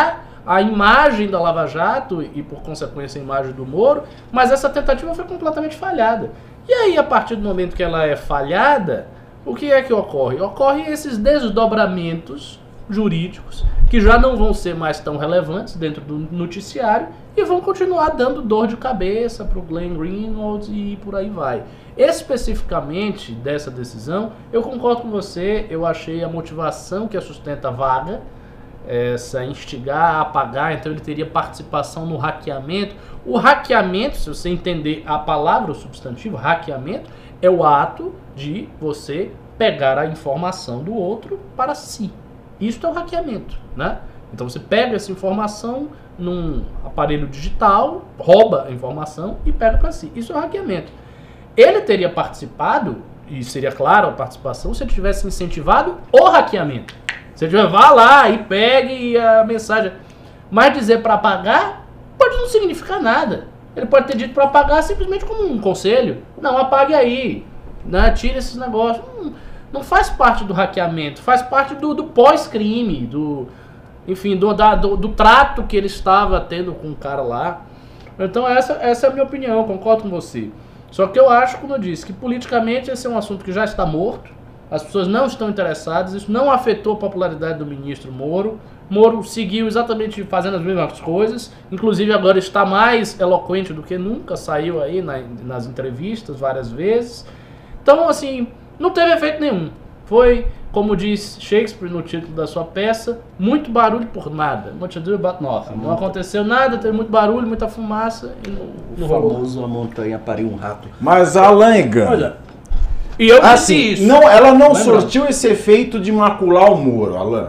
a imagem da Lava Jato e, por consequência, a imagem do Moro, mas essa tentativa foi completamente falhada. E aí, a partir do momento que ela é falhada, o que é que ocorre? Ocorrem esses desdobramentos jurídicos que já não vão ser mais tão relevantes dentro do noticiário e vão continuar dando dor de cabeça para o Glenn Greenwald e por aí vai. Especificamente dessa decisão, eu concordo com você, eu achei a motivação que a sustenta vaga, essa instigar, apagar, então ele teria participação no hackeamento. O hackeamento, se você entender a palavra, o substantivo, hackeamento, é o ato de você pegar a informação do outro para si. Isso é o hackeamento, né? Então você pega essa informação num aparelho digital, rouba a informação e pega para si. Isso é o hackeamento. Ele teria participado, e seria claro a participação, se ele tivesse incentivado o hackeamento. Se ele vá lá e pegue a mensagem. Mas dizer para apagar pode não significar nada. Ele pode ter dito para apagar simplesmente como um conselho. Não, apague aí, né? Tire esses negócios. Não faz parte do hackeamento, faz parte do pós-crime, enfim, do trato que ele estava tendo com o cara lá. Então essa é a minha opinião, eu concordo com você. Só que eu acho, como eu disse, que politicamente esse é um assunto que já está morto, as pessoas não estão interessadas, isso não afetou a popularidade do ministro Moro. Moro seguiu exatamente fazendo as mesmas coisas, inclusive agora está mais eloquente do que nunca, saiu aí nas entrevistas várias vezes. Então, assim, não teve efeito nenhum. Foi, como diz Shakespeare no título da sua peça, muito barulho por nada. Much ado about nothing. Não aconteceu nada, teve muito barulho, muita fumaça e não O rolou. famoso a montanha pariu um rato. Mas Alan Egan, Olha, e eu disse isso. não, ela não Lembra? sortiu esse efeito de macular o Moro, Alan.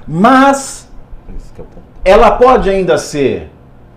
Mas Esse que é o ponto. ela pode ainda ser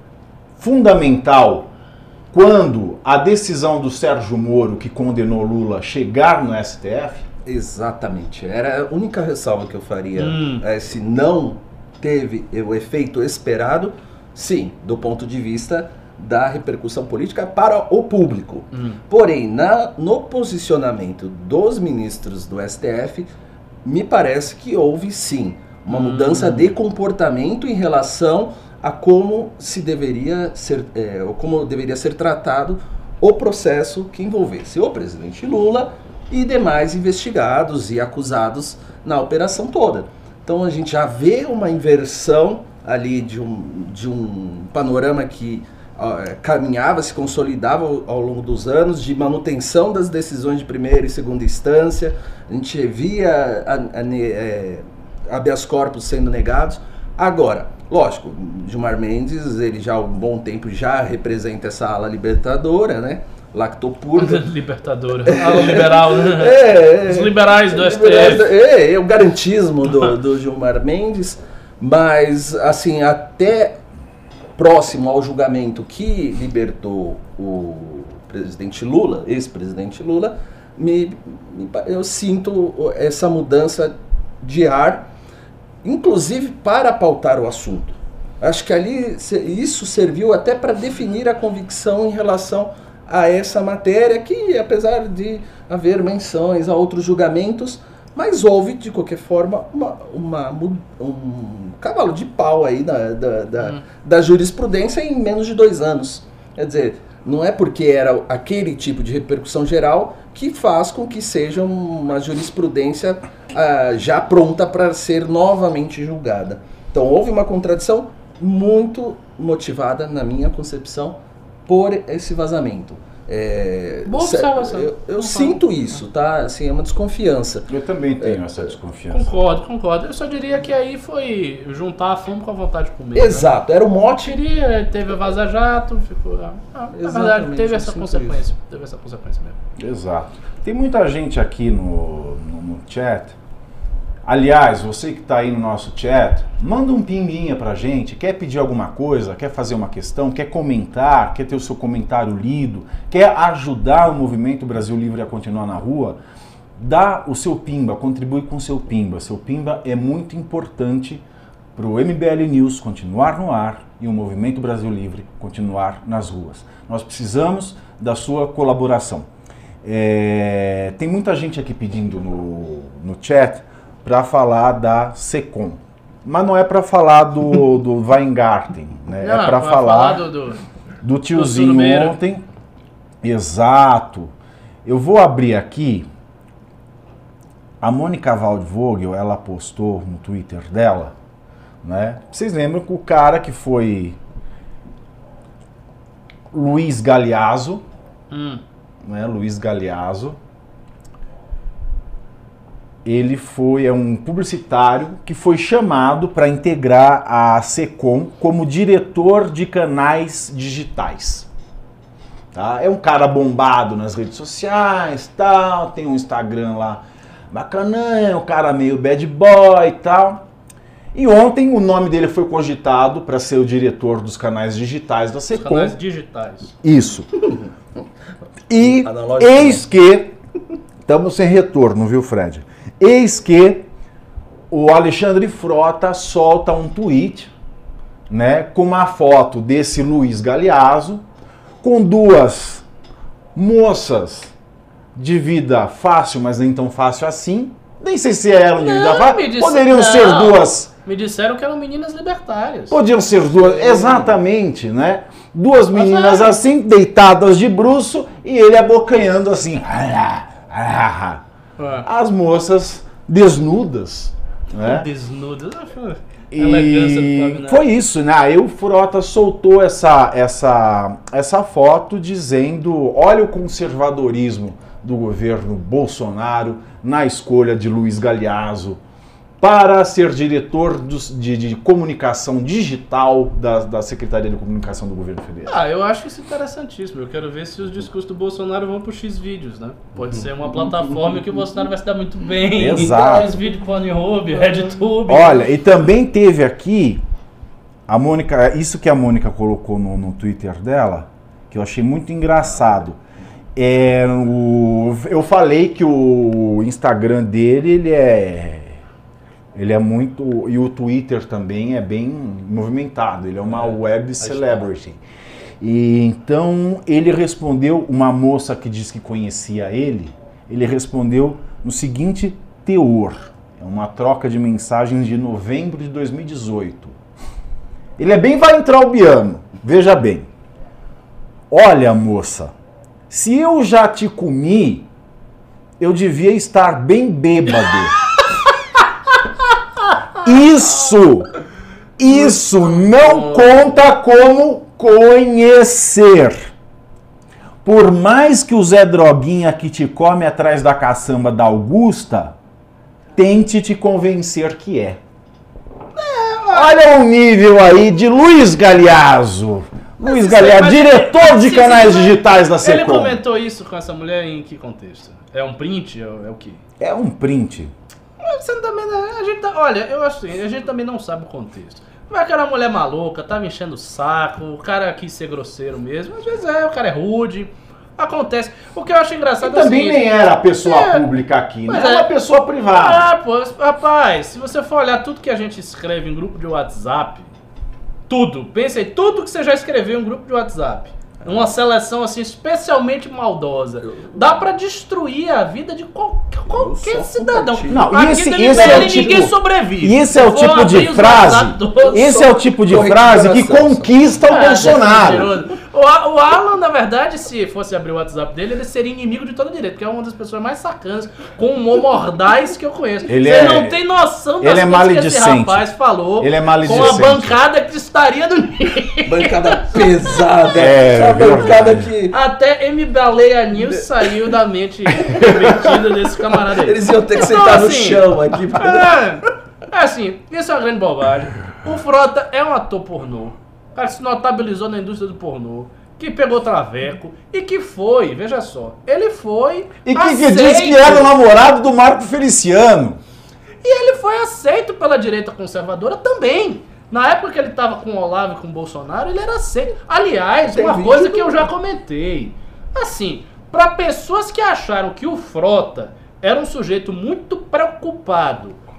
fundamental quando a decisão do Sérgio Moro, que condenou Lula, chegar no STF? Exatamente. Era a única ressalva que eu faria. Se não teve o efeito esperado, sim, do ponto de vista da repercussão política para o público. Porém, no posicionamento dos ministros do STF, me parece que houve sim uma mudança de comportamento em relação a como se deveria ser, ou como deveria ser tratado o processo que envolvesse o presidente Lula e demais investigados e acusados na operação toda. Então a gente já vê uma inversão ali de um panorama que caminhava, se consolidava ao longo dos anos, de manutenção das decisões de primeira e segunda instância. A gente via habeas corpus sendo negados. Agora, lógico, Gilmar Mendes, ele já há um bom tempo já representa essa ala libertadora, né? Lactopurga. Libertadora. Ala liberal, né? Os liberais do STF. É o garantismo do Gilmar Mendes, mas assim, até próximo ao julgamento que libertou o presidente Lula, ex-presidente Lula, eu sinto essa mudança de ar, inclusive para pautar o assunto. Acho que ali isso serviu até para definir a convicção em relação a essa matéria, que apesar de haver menções a outros julgamentos, mas houve, de qualquer forma, um cavalo de pau aí da jurisprudência em menos de 2 anos. Quer dizer, não é porque era aquele tipo de repercussão geral que faz com que seja uma jurisprudência já pronta para ser novamente julgada. Então houve uma contradição muito motivada, na minha concepção, por esse vazamento. Boa observação. Eu sinto isso, tá? Assim, é uma desconfiança. Eu também tenho essa desconfiança. Concordo. Eu só diria que aí foi juntar a fome com a vontade de comer. Exato, era o mote. Teve a Vaza Jato, ficou. Na verdade, teve essa consequência. Isso. Teve essa consequência mesmo. Exato. Tem muita gente aqui no chat. Aliás, você que está aí no nosso chat, manda um pimbinha pra gente, quer pedir alguma coisa, quer fazer uma questão, quer comentar, quer ter o seu comentário lido, quer ajudar o Movimento Brasil Livre a continuar na rua, dá o seu pimba, contribui com o seu pimba. Seu pimba é muito importante para o MBL News continuar no ar e o Movimento Brasil Livre continuar nas ruas. Nós precisamos da sua colaboração. Tem muita gente aqui pedindo no chat para falar da SECOM. Mas não é pra falar do Weingarten, né? Não, é pra falar do tiozinho surmeiro. ontem. Exato. Eu vou abrir aqui. A Mônica Waldvogel, ela postou no Twitter dela, né? Vocês lembram que o cara que foi Luiz Galeazzo, né? Luiz Galeazzo, ele é um publicitário que foi chamado para integrar a SECOM como diretor de canais digitais. Tá? É um cara bombado nas redes sociais, tal, tem um Instagram lá bacanã, é um cara meio bad boy e tal. E ontem o nome dele foi cogitado para ser o diretor dos canais digitais da Os SECOM. canais digitais. Isso. E Analógico, eis que... Estamos sem retorno, viu, Fred? Eis que o Alexandre Frota solta um tweet, né, com uma foto desse Luiz Galeazzo, com duas moças de vida fácil, mas nem tão fácil assim. Nem sei se eram de vida fácil. Poderiam ser duas... Me disseram que eram meninas libertárias. Podiam ser duas, exatamente, né? Duas meninas assim, deitadas de bruço, e ele abocanhando assim. As moças desnudas, né? Desnudas. Elegância do Flávio Neto. Foi isso, né? Aí o Frota soltou essa foto dizendo: olha o conservadorismo do governo Bolsonaro na escolha de Luiz Galeazzo para ser diretor de comunicação digital da Secretaria de Comunicação do Governo Federal. Eu acho isso interessantíssimo. Eu quero ver se os discursos do Bolsonaro vão pro X-Vídeos, né? Pode ser uma plataforma que o Bolsonaro vai se dar muito bem. Exato. X-Vídeo, Pornhub, RedTube. Olha, e também teve aqui a Mônica, isso que a Mônica colocou no Twitter dela, que eu achei muito engraçado. Eu falei que o Instagram dele, ele é muito... E o Twitter também é bem movimentado. Ele é uma web celebrity. E então ele respondeu, uma moça que disse que conhecia ele respondeu no seguinte teor. É uma troca de mensagens de novembro de 2018. Ele é bem weintraubiano. Veja bem. Olha, moça, se eu já te comi, eu devia estar bem bêbado. Isso não conta como conhecer. Por mais que o Zé Droguinha que te come atrás da caçamba da Augusta tente te convencer que é. Olha o nível aí de Luiz Galeazzo. Luiz Galeazzo, diretor de canais digitais da SECOM. Ele comentou isso com essa mulher em que contexto? É um print? É o quê? É um print. Você também, olha, eu acho assim, a gente também não sabe o contexto. Vai aquela mulher maluca, tava enchendo o saco, o cara quis ser grosseiro mesmo. Às vezes o cara é rude, acontece. O que eu acho engraçado é também nem era pessoa pública aqui, né? É uma pessoa privada. Pô, rapaz, se você for olhar tudo que a gente escreve em grupo de WhatsApp, tudo, pensa aí, tudo que você já escreveu em grupo de WhatsApp, uma seleção assim especialmente maldosa, dá pra destruir a vida de qualquer cidadão. Não, aqui ninguém sobrevive. E esse é o tipo de frase. Esse é o tipo de frase que conquista o Bolsonaro. O Alan, na verdade, se fosse abrir o WhatsApp dele, ele seria inimigo de todo direito, porque é uma das pessoas mais sacanas, com humor mordaz que eu conheço. Você não tem noção das coisas que esse rapaz falou. Ele é maledicente. Com a bancada que estaria do nível. Bancada pesada. É bancada que... Até M. Baleia News saiu da mente divertida desse camarada aí. Eles iam ter que sentar no chão aqui. Assim, isso é uma grande bobagem. O Frota é um ator pornô. O cara se notabilizou na indústria do pornô, que pegou traveco e que foi, veja só, ele foi e que disse que era o namorado do Marco Feliciano. E ele foi aceito pela direita conservadora também. Na época que ele estava com o Olavo e com o Bolsonaro, ele era aceito. Aliás, uma coisa que eu já comentei. Assim, para pessoas que acharam que o Frota era um sujeito muito preocupado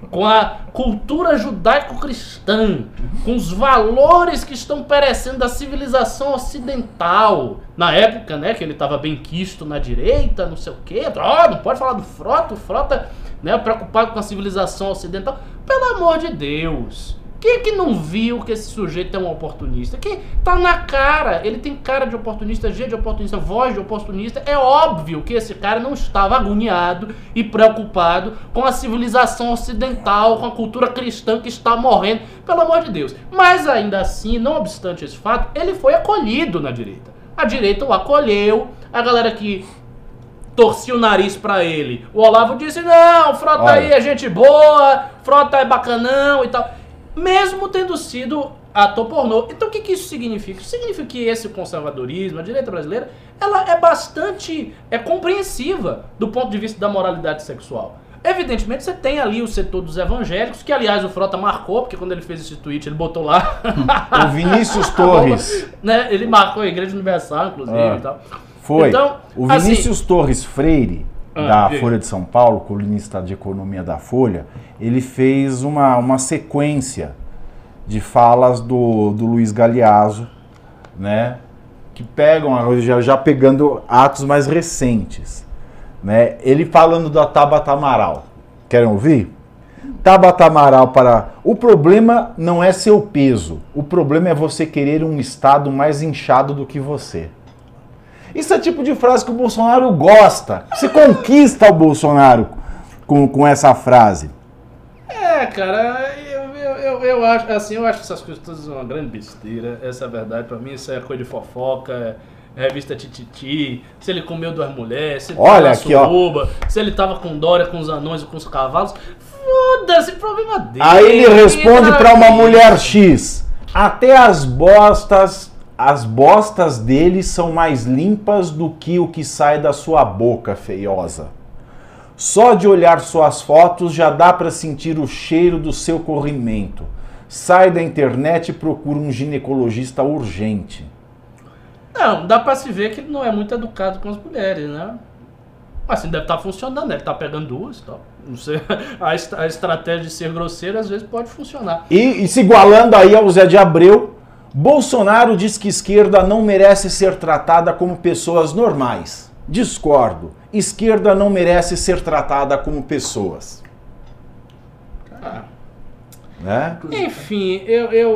com a cultura judaico-cristã, com os valores que estão perecendo da civilização ocidental. Na época, né, que ele estava bem quisto na direita, não sei o quê. Não pode falar do Frota, o Frota, né, preocupado com a civilização ocidental. Pelo amor de Deus. Quem é que não viu que esse sujeito é um oportunista? Que tá na cara, ele tem cara de oportunista, jeito de oportunista, voz de oportunista. É óbvio que esse cara não estava agoniado e preocupado com a civilização ocidental, com a cultura cristã que está morrendo, pelo amor de Deus. Mas ainda assim, não obstante esse fato, ele foi acolhido na direita. A direita o acolheu, a galera que torcia o nariz pra ele. O Olavo disse, não, Frota aí é gente boa, Frota é bacanão e tal. Mesmo tendo sido ator pornô. Então o que isso significa? Isso significa que esse conservadorismo, a direita brasileira, ela é bastante compreensiva do ponto de vista da moralidade sexual. Evidentemente você tem ali o setor dos evangélicos, que aliás o Frota marcou, porque quando ele fez esse tweet ele botou lá... O Vinícius Torres. Né, ele marcou a Igreja Universal, inclusive, e tal. Foi. Então, o Vinícius assim, Torres Freire, da Folha de São Paulo, colunista de economia da Folha, ele fez uma sequência de falas do Luiz Galeazzo, né, que pegam, já pegando atos mais recentes, né, ele falando da Tabata Amaral. Querem ouvir? Tabata Amaral para... O problema não é seu peso, o problema é você querer um Estado mais inchado do que você. Isso é tipo de frase que o Bolsonaro gosta. Você conquista o Bolsonaro com essa frase. Cara, eu acho assim, eu acho essas coisas todas uma grande besteira. Essa é a verdade. Pra mim, isso é coisa de fofoca, revista Tititi. Se ele comeu 2 mulheres, se ele tava na suruba, se ele tava com Dória, com os anões e com os cavalos. Foda-se, problema dele. Aí ele responde pra uma mulher X. Até as bostas dele são mais limpas do que o que sai da sua boca, feiosa. Só de olhar suas fotos já dá para sentir o cheiro do seu corrimento. Sai da internet e procura um ginecologista urgente. Não, dá para se ver que ele não é muito educado com as mulheres, né? Mas assim, deve estar funcionando, deve estar pegando 2 e tal. Não sei, a estratégia de ser grosseiro às vezes pode funcionar. E se igualando aí ao Zé de Abreu, Bolsonaro diz que esquerda não merece ser tratada como pessoas normais. Discordo. Esquerda não merece ser tratada como pessoas. Né? Enfim,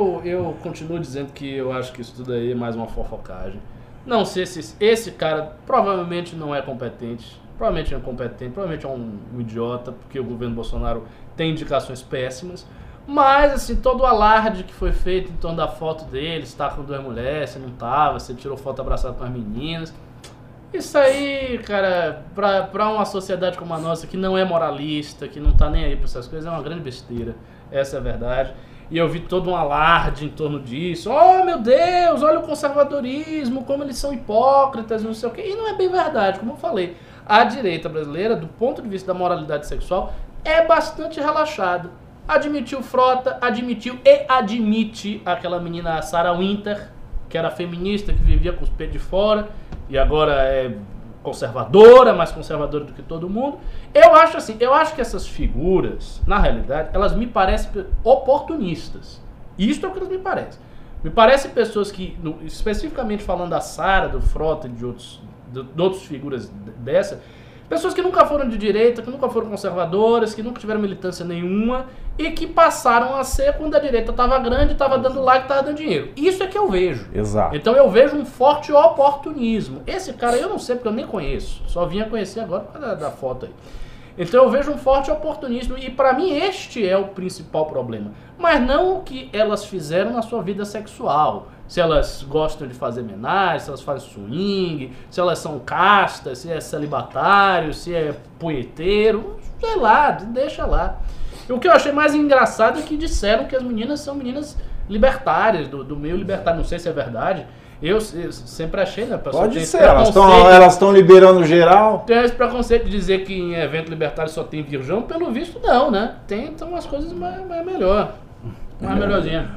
eu continuo dizendo que eu acho que isso tudo aí é mais uma fofocagem. Não sei se esse cara provavelmente não é competente. Provavelmente é incompetente, provavelmente é um idiota, porque o governo Bolsonaro tem indicações péssimas. Mas, assim, todo o alarde que foi feito em torno da foto dele, se tá com 2 mulheres, se não tava, se tirou foto abraçado com as meninas. Isso aí, cara, pra uma sociedade como a nossa, que não é moralista, que não tá nem aí pra essas coisas, é uma grande besteira. Essa é a verdade. E eu vi todo um alarde em torno disso. Oh, meu Deus, olha o conservadorismo, como eles são hipócritas, não sei o quê. E não é bem verdade, como eu falei. A direita brasileira, do ponto de vista da moralidade sexual, é bastante relaxada. Admitiu Frota, admitiu e admite aquela menina Sarah Winter, que era feminista, que vivia com os peitos de fora, e agora é conservadora, mais conservadora do que todo mundo. Eu acho que essas figuras, na realidade, elas me parecem oportunistas. Isso é o que elas me parecem. Me parecem pessoas que, especificamente falando da Sarah, do Frota e de outras figuras dessa, pessoas que nunca foram de direita, que nunca foram conservadoras, que nunca tiveram militância nenhuma e que passaram a ser quando a direita estava grande, estava dando like, estava dando dinheiro. Isso é que eu vejo. Exato. Então eu vejo um forte oportunismo. Esse cara eu não sei porque eu nem conheço. Só vim a conhecer agora por causa da foto aí. Então eu vejo um forte oportunismo e para mim este é o principal problema. Mas não o que elas fizeram na sua vida sexual. Se elas gostam de fazer homenagem, se elas fazem swing, se elas são castas, se é celibatário, se é punheteiro, sei lá, deixa lá. E o que eu achei mais engraçado é que disseram que as meninas são meninas libertárias, do meio libertário, não sei se é verdade. Eu sempre achei, né? Pode ser, elas estão liberando geral. Tem esse preconceito de dizer que em evento libertário só tem virgão, pelo visto não, né? Tem então umas coisas mais melhor, mais melhorzinha.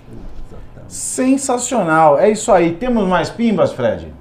Sensacional, é isso aí. Temos mais pimbas, Fred?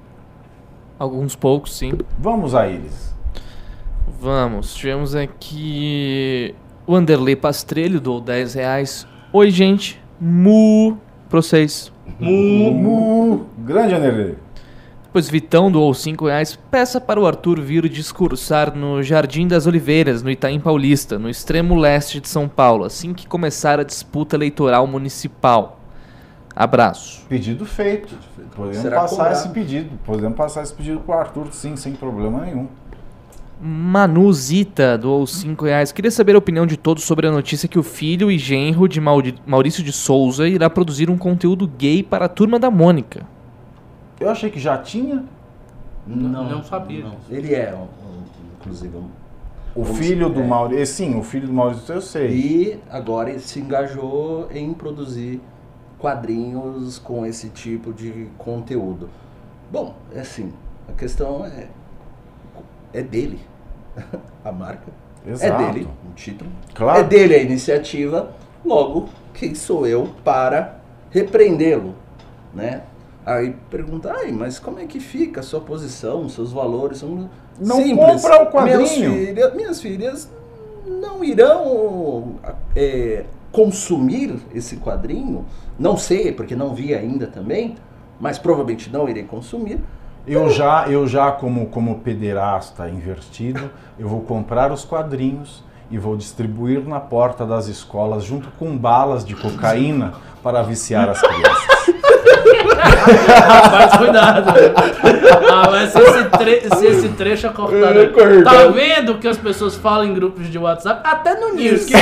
Alguns poucos, sim. Vamos a eles. Vamos, tivemos aqui O Anderley Pastrello doou R$10. Oi, gente. Pra vocês. Grande Anderley. Depois Vitão doou R$5. Peça para o Arthur vir discursar no Jardim das Oliveiras, no Itaim Paulista, no extremo leste de São Paulo, assim que começar a disputa eleitoral municipal. Abraço. Pedido feito. Podemos Será passar cobrado. esse pedido. Podemos passar esse pedido pro Arthur, sim, sem problema nenhum. Manu Zita doou R$5. Queria saber a opinião de todos sobre a notícia que o filho e genro de Maurício de Souza irá produzir um conteúdo gay para a Turma da Mônica. Eu achei que já tinha. Não sabia não. disso. Ele é, inclusive, O filho do Maurício. Sim, o filho do Maurício eu sei. E agora ele se engajou em produzir quadrinhos com esse tipo de conteúdo. Bom, é assim, a questão é dele. A marca Exato. é dele, o título. Claro. É dele a iniciativa, logo, quem sou eu para repreendê-lo, né? Aí pergunta, mas como é que fica a sua posição, seus valores? São Não simples. compra o quadrinho. Minhas filhas não irão consumir esse quadrinho. Não sei, porque não vi ainda também, mas provavelmente não irei consumir. Eu já como pederasta invertido, eu vou comprar os quadrinhos e vou distribuir na porta das escolas junto com balas de cocaína para viciar as crianças. Mas cuidado. Mas se esse trecho é cortado. Tá vendo o que as pessoas falam em grupos de WhatsApp? Até no News. Que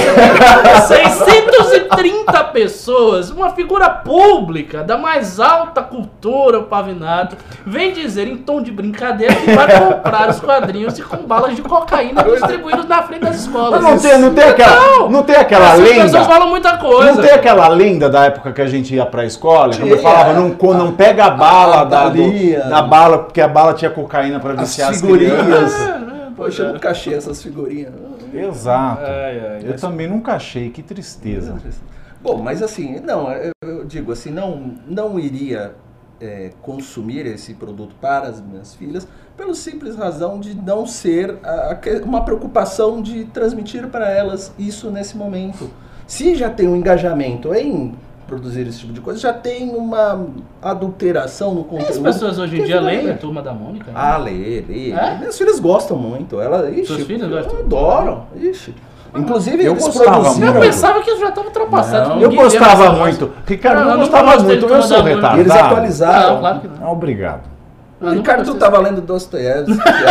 630 pessoas, uma figura pública da mais alta cultura, o Pavinato, vem dizer em tom de brincadeira que vai comprar os quadrinhos e com balas de cocaína distribuídos na frente das escolas. Não tem aquela Essas lenda. pessoas falam muita coisa. Não tem aquela lenda da época que a gente ia pra escola, quando eu falava, não pega a bala da bala, porque a bala tinha cocaína pra viciar as figurinhas. crianças. Poxa, eu nunca achei essas figurinhas. Exato. Eu Mas- também nunca achei, que tristeza. Bom, mas assim, não, eu digo assim, não iria consumir esse produto para as minhas filhas, pela simples razão de não ser uma preocupação de transmitir para elas isso nesse momento. Se já tem um engajamento em produzir esse tipo de coisa, já tem uma adulteração no conteúdo. As pessoas hoje em dia leem a Turma da Mônica? Lê. É? Minhas filhas gostam muito. Suas filhas gostam? Adoram. Ixi. Inclusive, Eu eles gostava produziram... Eu pensava que isso já estava ultrapassado. Não, que Eu ninguém via gostava mais muito. essa Ricardo, Não, eu eu gostava não gostei muito. de Eu Turma sou da Mônica. retardado. E eles atualizaram. Não, claro que não. Obrigado. O Ricardo estava lendo Dostoiévski.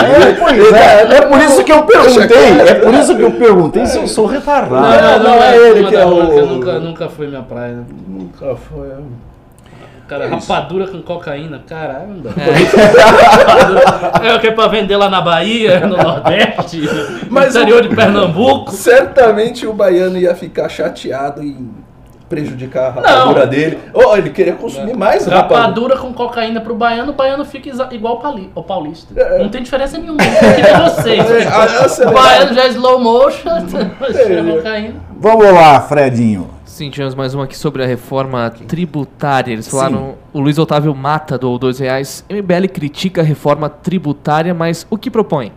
É por isso que eu perguntei. É por isso que eu perguntei se eu sou retardado. Não é ele Turma que da é Mônica o- Nunca foi minha praia. Nunca foi. Cara, É isso. rapadura com cocaína, caramba. É o que é pra vender lá na Bahia, no Nordeste, no Mas interior de Pernambuco. Certamente o baiano ia ficar chateado em prejudicar a rapadura dele. Ou ele queria consumir mais rapadura. Rapadura com cocaína pro baiano, o baiano fica igual ao paulista. É. Não tem diferença nenhuma. Eu queria vocês. O baiano já é slow motion, cheira cocaína. Vamos lá, Fredinho. Sim, tivemos mais uma aqui sobre a reforma tributária. Eles falaram, o Luiz Otávio Mata doou R$2. MBL critica a reforma tributária, mas o que propõe?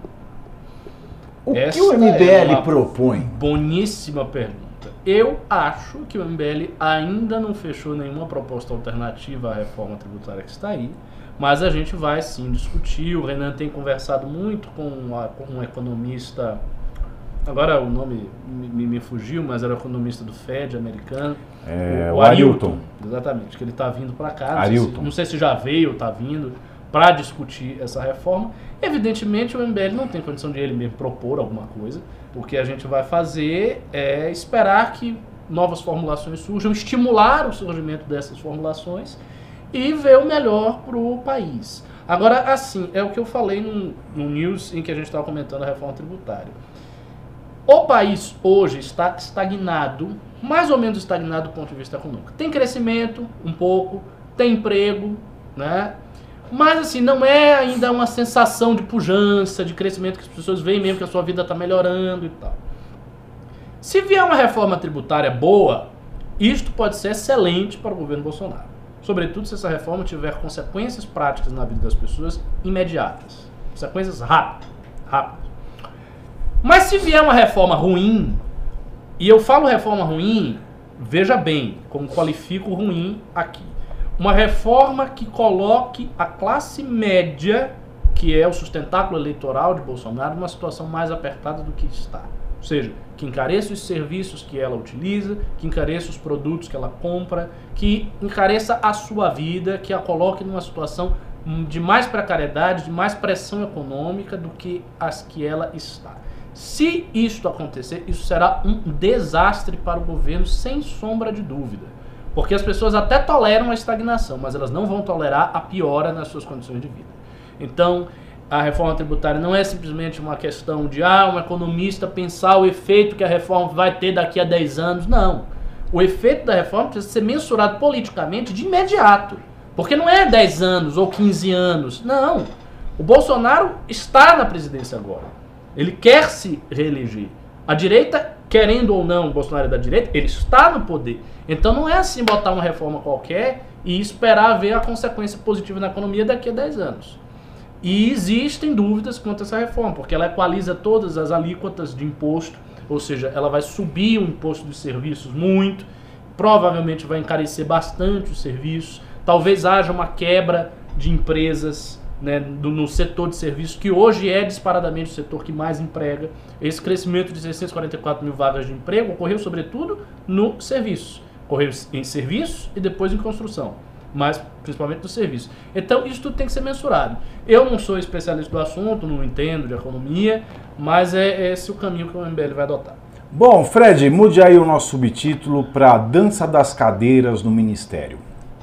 O que Essa o é MBL uma propõe? Boníssima pergunta. Eu acho que o MBL ainda não fechou nenhuma proposta alternativa à reforma tributária que está aí, mas a gente vai sim discutir. O Renan tem conversado muito com um economista, agora o nome me fugiu, mas era o economista do Fed americano. O Arilton. Exatamente, que ele está vindo para cá. Arilton. Não sei se já veio ou está vindo para discutir essa reforma. Evidentemente o MBL não tem condição de ele mesmo propor alguma coisa. O que a gente vai fazer é esperar que novas formulações surjam, estimular o surgimento dessas formulações e ver o melhor para o país. Agora, assim, é o que eu falei no news em que a gente estava comentando a reforma tributária. O país hoje está estagnado, mais ou menos estagnado do ponto de vista econômico. Tem crescimento, um pouco, tem emprego, né? Mas assim, não é ainda uma sensação de pujança, de crescimento que as pessoas veem mesmo que a sua vida está melhorando e tal. Se vier uma reforma tributária boa, isto pode ser excelente para o governo Bolsonaro. Sobretudo se essa reforma tiver consequências práticas na vida das pessoas imediatas. Consequências rápidas. Mas se vier uma reforma ruim, E eu falo reforma ruim, veja bem como qualifico ruim aqui. Uma reforma que coloque a classe média, que é o sustentáculo eleitoral de Bolsonaro, numa situação mais apertada do que está. Ou seja, que encareça os serviços que ela utiliza, que encareça os produtos que ela compra, que encareça a sua vida, que a coloque numa situação de mais precariedade, de mais pressão econômica do que as que ela está. Se isto acontecer, isso será um desastre para o governo, sem sombra de dúvida. Porque as pessoas até toleram a estagnação, mas elas não vão tolerar a piora nas suas condições de vida. Então, a reforma tributária não é simplesmente uma questão de um economista pensar o efeito que a reforma vai ter daqui a 10 anos. Não. O efeito da reforma precisa ser mensurado politicamente de imediato. Porque não é 10 anos ou 15 anos. Não. O Bolsonaro está na presidência agora. Ele quer se reeleger. A direita, querendo ou não, o Bolsonaro é da direita, ele está no poder. Então não é assim botar uma reforma qualquer e esperar ver a consequência positiva na economia daqui a 10 anos. E existem dúvidas quanto a essa reforma, porque ela equaliza todas as alíquotas de imposto, ou seja, ela vai subir o imposto dos serviços muito, provavelmente vai encarecer bastante os serviços, talvez haja uma quebra de empresas, né, no setor de serviços, que hoje é disparadamente o setor que mais emprega. Esse crescimento de 644 mil vagas de emprego ocorreu sobretudo no serviço, ocorreu em serviços e depois em construção, mas principalmente do serviço. Então isso tudo tem que ser mensurado. Eu não sou especialista do assunto, não entendo de economia, mas é esse o caminho que o MBL vai adotar. Bom, Fred, mude aí o nosso subtítulo para Dança das Cadeiras no Ministério.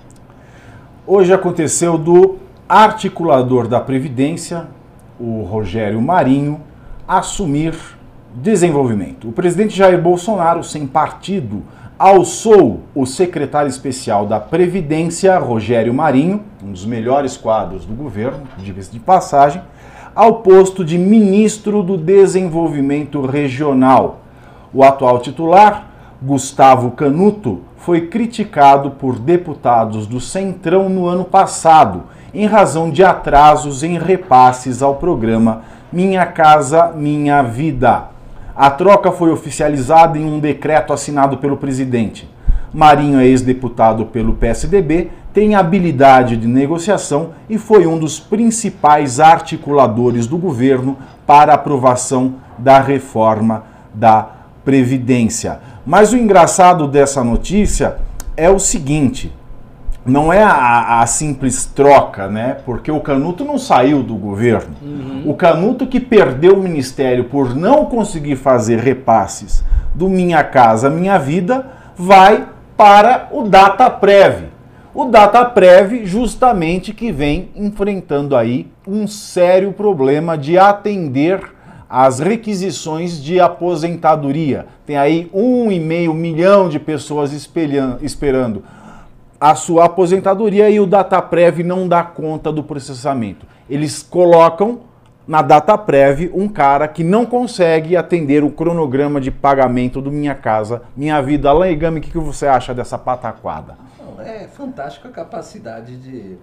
Hoje aconteceu do articulador da Previdência, o Rogério Marinho, assumir desenvolvimento. O presidente Jair Bolsonaro, sem partido, alçou o secretário especial da Previdência, Rogério Marinho, um dos melhores quadros do governo, diga-se de passagem, ao posto de ministro do Desenvolvimento Regional. O atual titular, Gustavo Canuto, foi criticado por deputados do Centrão no ano passado, em razão de atrasos em repasses ao programa Minha Casa Minha Vida. A troca foi oficializada em um decreto assinado pelo presidente. Marinho é ex-deputado pelo PSDB, tem habilidade de negociação e foi um dos principais articuladores do governo para a aprovação da reforma da Previdência. Mas o engraçado dessa notícia é o seguinte: não é a simples troca, né? Porque o Canuto não saiu do governo. O Canuto, que perdeu o ministério por não conseguir fazer repasses do Minha Casa Minha Vida, vai para o Dataprev. O Dataprev justamente que vem enfrentando aí um sério problema de atender às requisições de aposentadoria. Tem aí 1,5 milhão de pessoas esperando a sua aposentadoria e o Dataprev não dá conta do processamento. Eles colocam na Dataprev um cara que não consegue atender o cronograma de pagamento do Minha Casa Minha Vida. Alain Egami, o que você acha dessa pataquada? É fantástico a capacidade de...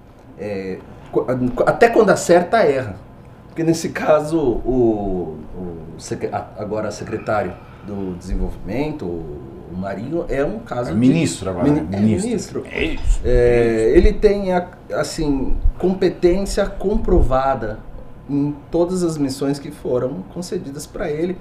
até quando acerta, erra. Porque nesse caso, agora secretário do Desenvolvimento, o Marinho, é um caso ministro agora. Ministro. Ele tem, assim, competência comprovada em todas as missões que foram concedidas para ele,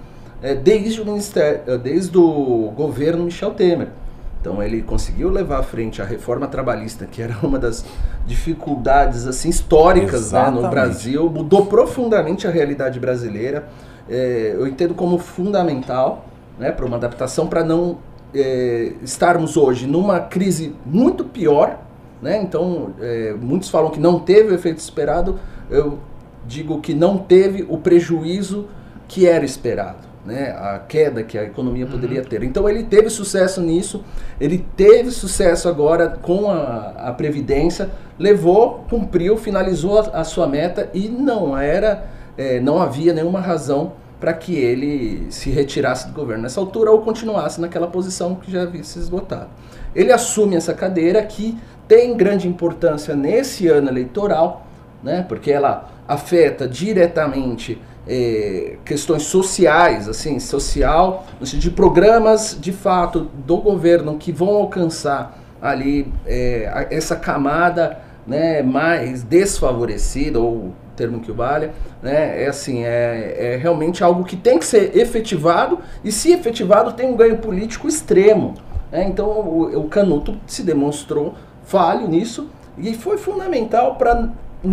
desde o governo Michel Temer. Então ele conseguiu levar à frente a reforma trabalhista, que era uma das dificuldades assim, históricas, né, no Brasil, mudou profundamente a realidade brasileira. Eu entendo como fundamental, né, para uma adaptação, para não estarmos hoje numa crise muito pior, né? Então muitos falam que não teve o efeito esperado, eu digo que não teve o prejuízo que era esperado, né? A queda que a economia poderia ter. Então ele teve sucesso nisso, ele teve sucesso agora com a Previdência, levou, cumpriu, finalizou a sua meta e não havia nenhuma razão para que ele se retirasse do governo nessa altura ou continuasse naquela posição que já havia se esgotado. Ele assume essa cadeira que tem grande importância nesse ano eleitoral, né? Porque ela afeta diretamente questões sociais, assim, social, no sentido de programas de fato do governo que vão alcançar ali essa camada, né, mais desfavorecida, ou o termo que vale, né, é realmente algo que tem que ser efetivado, e se efetivado tem um ganho político extremo, né? Então o Canuto se demonstrou falho nisso, e foi fundamental para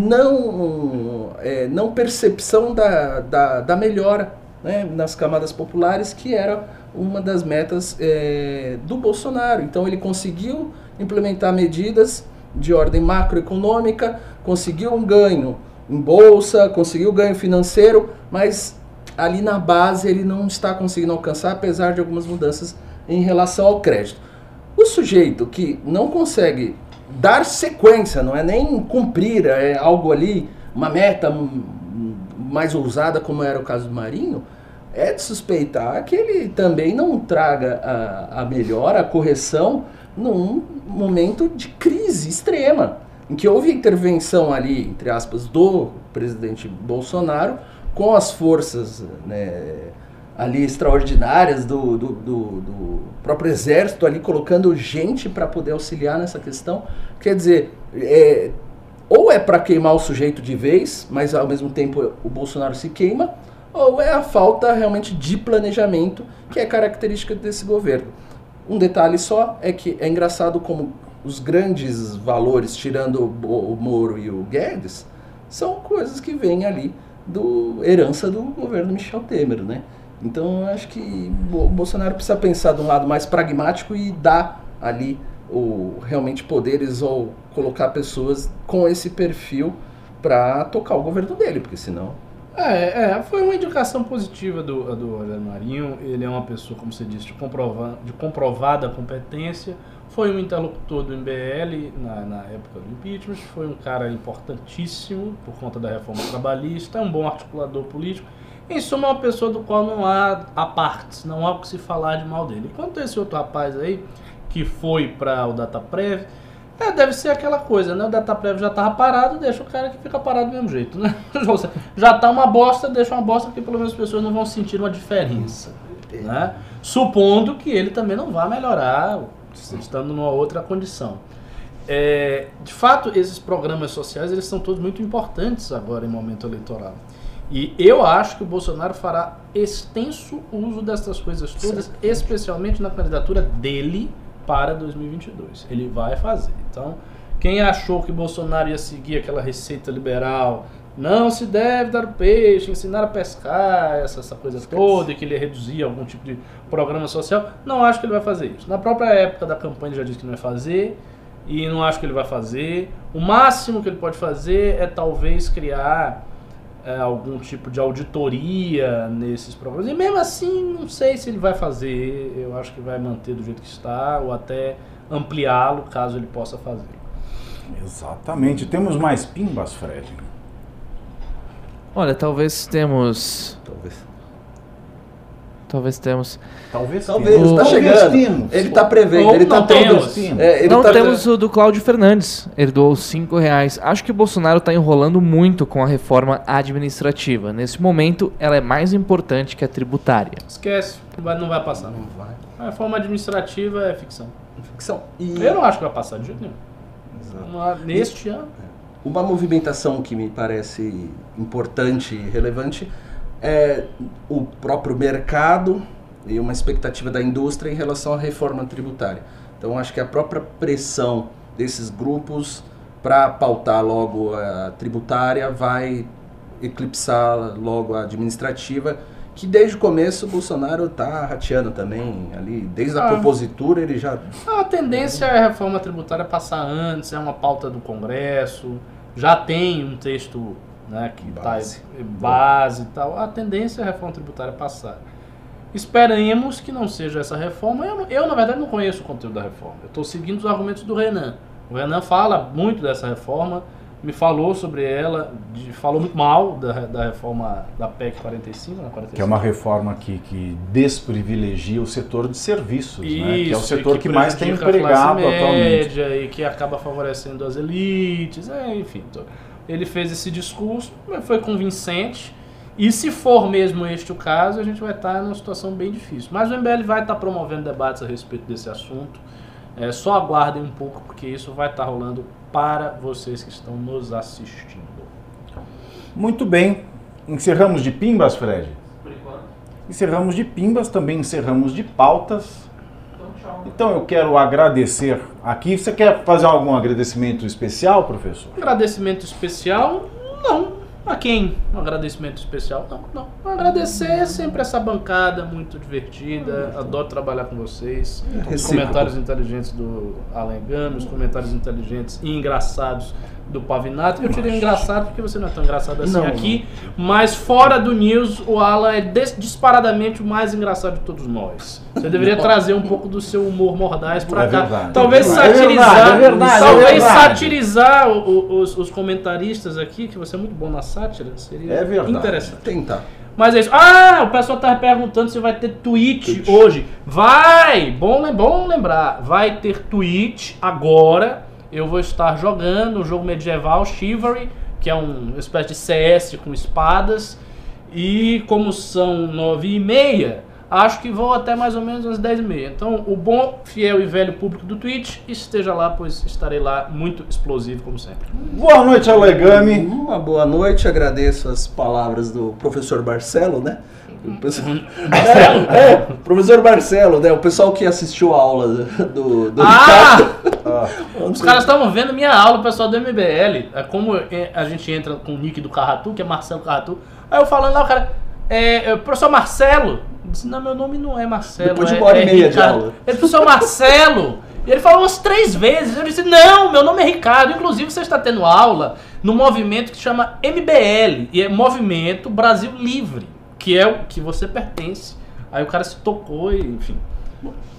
não percepção da melhora, né, nas camadas populares, que era uma das metas do Bolsonaro. Então ele conseguiu implementar medidas de ordem macroeconômica, conseguiu um ganho em bolsa, conseguiu ganho financeiro, mas ali na base ele não está conseguindo alcançar, apesar de algumas mudanças em relação ao crédito. O sujeito que não consegue dar sequência, não é nem cumprir algo ali, uma meta mais ousada, como era o caso do Marinho, é de suspeitar que ele também não traga a melhora, a correção, num momento de crise extrema, em que houve intervenção ali, entre aspas, do presidente Bolsonaro, com as forças, né, ali extraordinárias do próprio exército ali, colocando gente para poder auxiliar nessa questão. Quer dizer, ou é para queimar o sujeito de vez, mas ao mesmo tempo o Bolsonaro se queima, ou é a falta realmente de planejamento, que é característica desse governo. Um detalhe só é que é engraçado como os grandes valores, tirando o Moro e o Guedes, são coisas que vêm ali herança do governo Michel Temer, né? Então eu acho que o Bolsonaro precisa pensar de um lado mais pragmático e dar ali realmente poderes, ou colocar pessoas com esse perfil para tocar o governo dele, porque senão... Foi uma indicação positiva do Rogério Marinho. Ele é uma pessoa, como você disse, de comprovada competência. Foi um interlocutor do MBL na época do impeachment. Foi um cara importantíssimo por conta da reforma trabalhista. É um bom articulador político. Em suma, é uma pessoa do qual não há apartes, não há o que se falar de mal dele. Enquanto esse outro rapaz aí, que foi para o Dataprev, deve ser aquela coisa, né? O Dataprev já estava parado, deixa o cara que fica parado do mesmo jeito, né? Já está uma bosta, deixa uma bosta, que pelo menos as pessoas não vão sentir uma diferença, né? Supondo que ele também não vá melhorar, estando numa outra condição. De fato, esses programas sociais, eles são todos muito importantes agora em momento eleitoral. E eu acho que o Bolsonaro fará extenso uso dessas coisas todas, especialmente na candidatura dele para 2022. Ele vai fazer. Então, quem achou que Bolsonaro ia seguir aquela receita liberal, não se deve dar peixe, ensinar a pescar, essa coisa toda, e que ele ia reduzir algum tipo de programa social, não acho que ele vai fazer isso. Na própria época da campanha ele já disse que não vai fazer, e não acho que ele vai fazer. O máximo que ele pode fazer é talvez criar algum tipo de auditoria nesses programas. E mesmo assim, não sei se ele vai fazer. Eu acho que vai manter do jeito que está, ou até ampliá-lo, caso ele possa fazer. Exatamente. Temos mais pimbas, Fred? Olha, talvez temos... Talvez está chegando. Ele está prevendo. Ele está temos o do Cláudio Fernandes. Ele doou R$5. Acho que o Bolsonaro está enrolando muito com a reforma administrativa. Nesse momento, ela é mais importante que a tributária. Esquece, não vai passar. Não vai. A reforma administrativa é ficção. E... Eu não acho que vai passar de jeito nenhum. Exato. Neste ano. Uma movimentação que me parece importante e relevante é o próprio mercado e uma expectativa da indústria em relação à reforma tributária. Então, acho que a própria pressão desses grupos para pautar logo a tributária vai eclipsar logo a administrativa, que desde o começo o Bolsonaro está rateando também ali, desde a propositura ele já... A tendência é a reforma tributária passar antes, é uma pauta do Congresso, já tem um texto, né, que base e tal. A tendência é a reforma tributária passar. Esperemos que não seja essa reforma. Eu, na verdade, não conheço o conteúdo da reforma. Eu estou seguindo os argumentos do Renan. O Renan fala muito dessa reforma, me falou sobre ela, falou muito mal da reforma da PEC 45, né, 45. Que é uma reforma que desprivilegia o setor de serviços, isso, né? Que é o setor que mais tem empregado atualmente. E que acaba favorecendo as elites, enfim. ele fez esse discurso, foi convincente. E se for mesmo este o caso, a gente vai estar numa situação bem difícil. Mas o MBL vai estar promovendo debates a respeito desse assunto. Só aguardem um pouco, porque isso vai estar rolando para vocês que estão nos assistindo. Muito bem. Encerramos de pimbas, Fred? Por enquanto. Encerramos de pimbas, também encerramos de pautas. Então, tchau. Então eu quero agradecer aqui. Você quer fazer algum agradecimento especial, professor? Agradecimento especial? Não. A quem? Um agradecimento especial? Não. Agradecer sempre essa bancada muito divertida. Adoro trabalhar com vocês. Os comentários inteligentes do Alan Gama, os comentários inteligentes e engraçados do Pavinato. Eu tirei engraçado porque você não é tão engraçado assim aqui. Mas fora do News, o Alan é disparadamente o mais engraçado de todos nós. Você deveria trazer um pouco do seu humor mordaz pra cá. Verdade, talvez satirizar. Talvez satirizar os comentaristas aqui, que você é muito bom na sátira. Seria interessante. Tentar. Mas é isso. O pessoal tava perguntando se vai ter Twitch hoje. Vai! Bom lembrar. Vai ter Twitch agora. Eu vou estar jogando um jogo medieval, Chivalry, que é uma espécie de CS com espadas. E como são 9h30, acho que vou até mais ou menos às 10h30. Então, o bom, fiel e velho público do Twitch, esteja lá, pois estarei lá muito explosivo, como sempre. Boa noite, Alegami. Uma boa noite, agradeço as palavras do professor Barcelo, né? Professor Barcelo, né? O pessoal que assistiu a aula do Ricardo. Os caras estavam vendo minha aula, o pessoal do MBL. Como a gente entra com o nick do Carratu, que é Marcelo Carratu. Aí eu falando lá, o cara, professor Marcelo. Eu disse, não, meu nome não é Marcelo. Depois de uma hora e meia de aula. Ele, professor Marcelo. E ele falou umas 3 vezes. Eu disse, não, meu nome é Ricardo. Inclusive, você está tendo aula no movimento que se chama MBL. E é Movimento Brasil Livre, que é o que você pertence. Aí o cara se tocou e, enfim.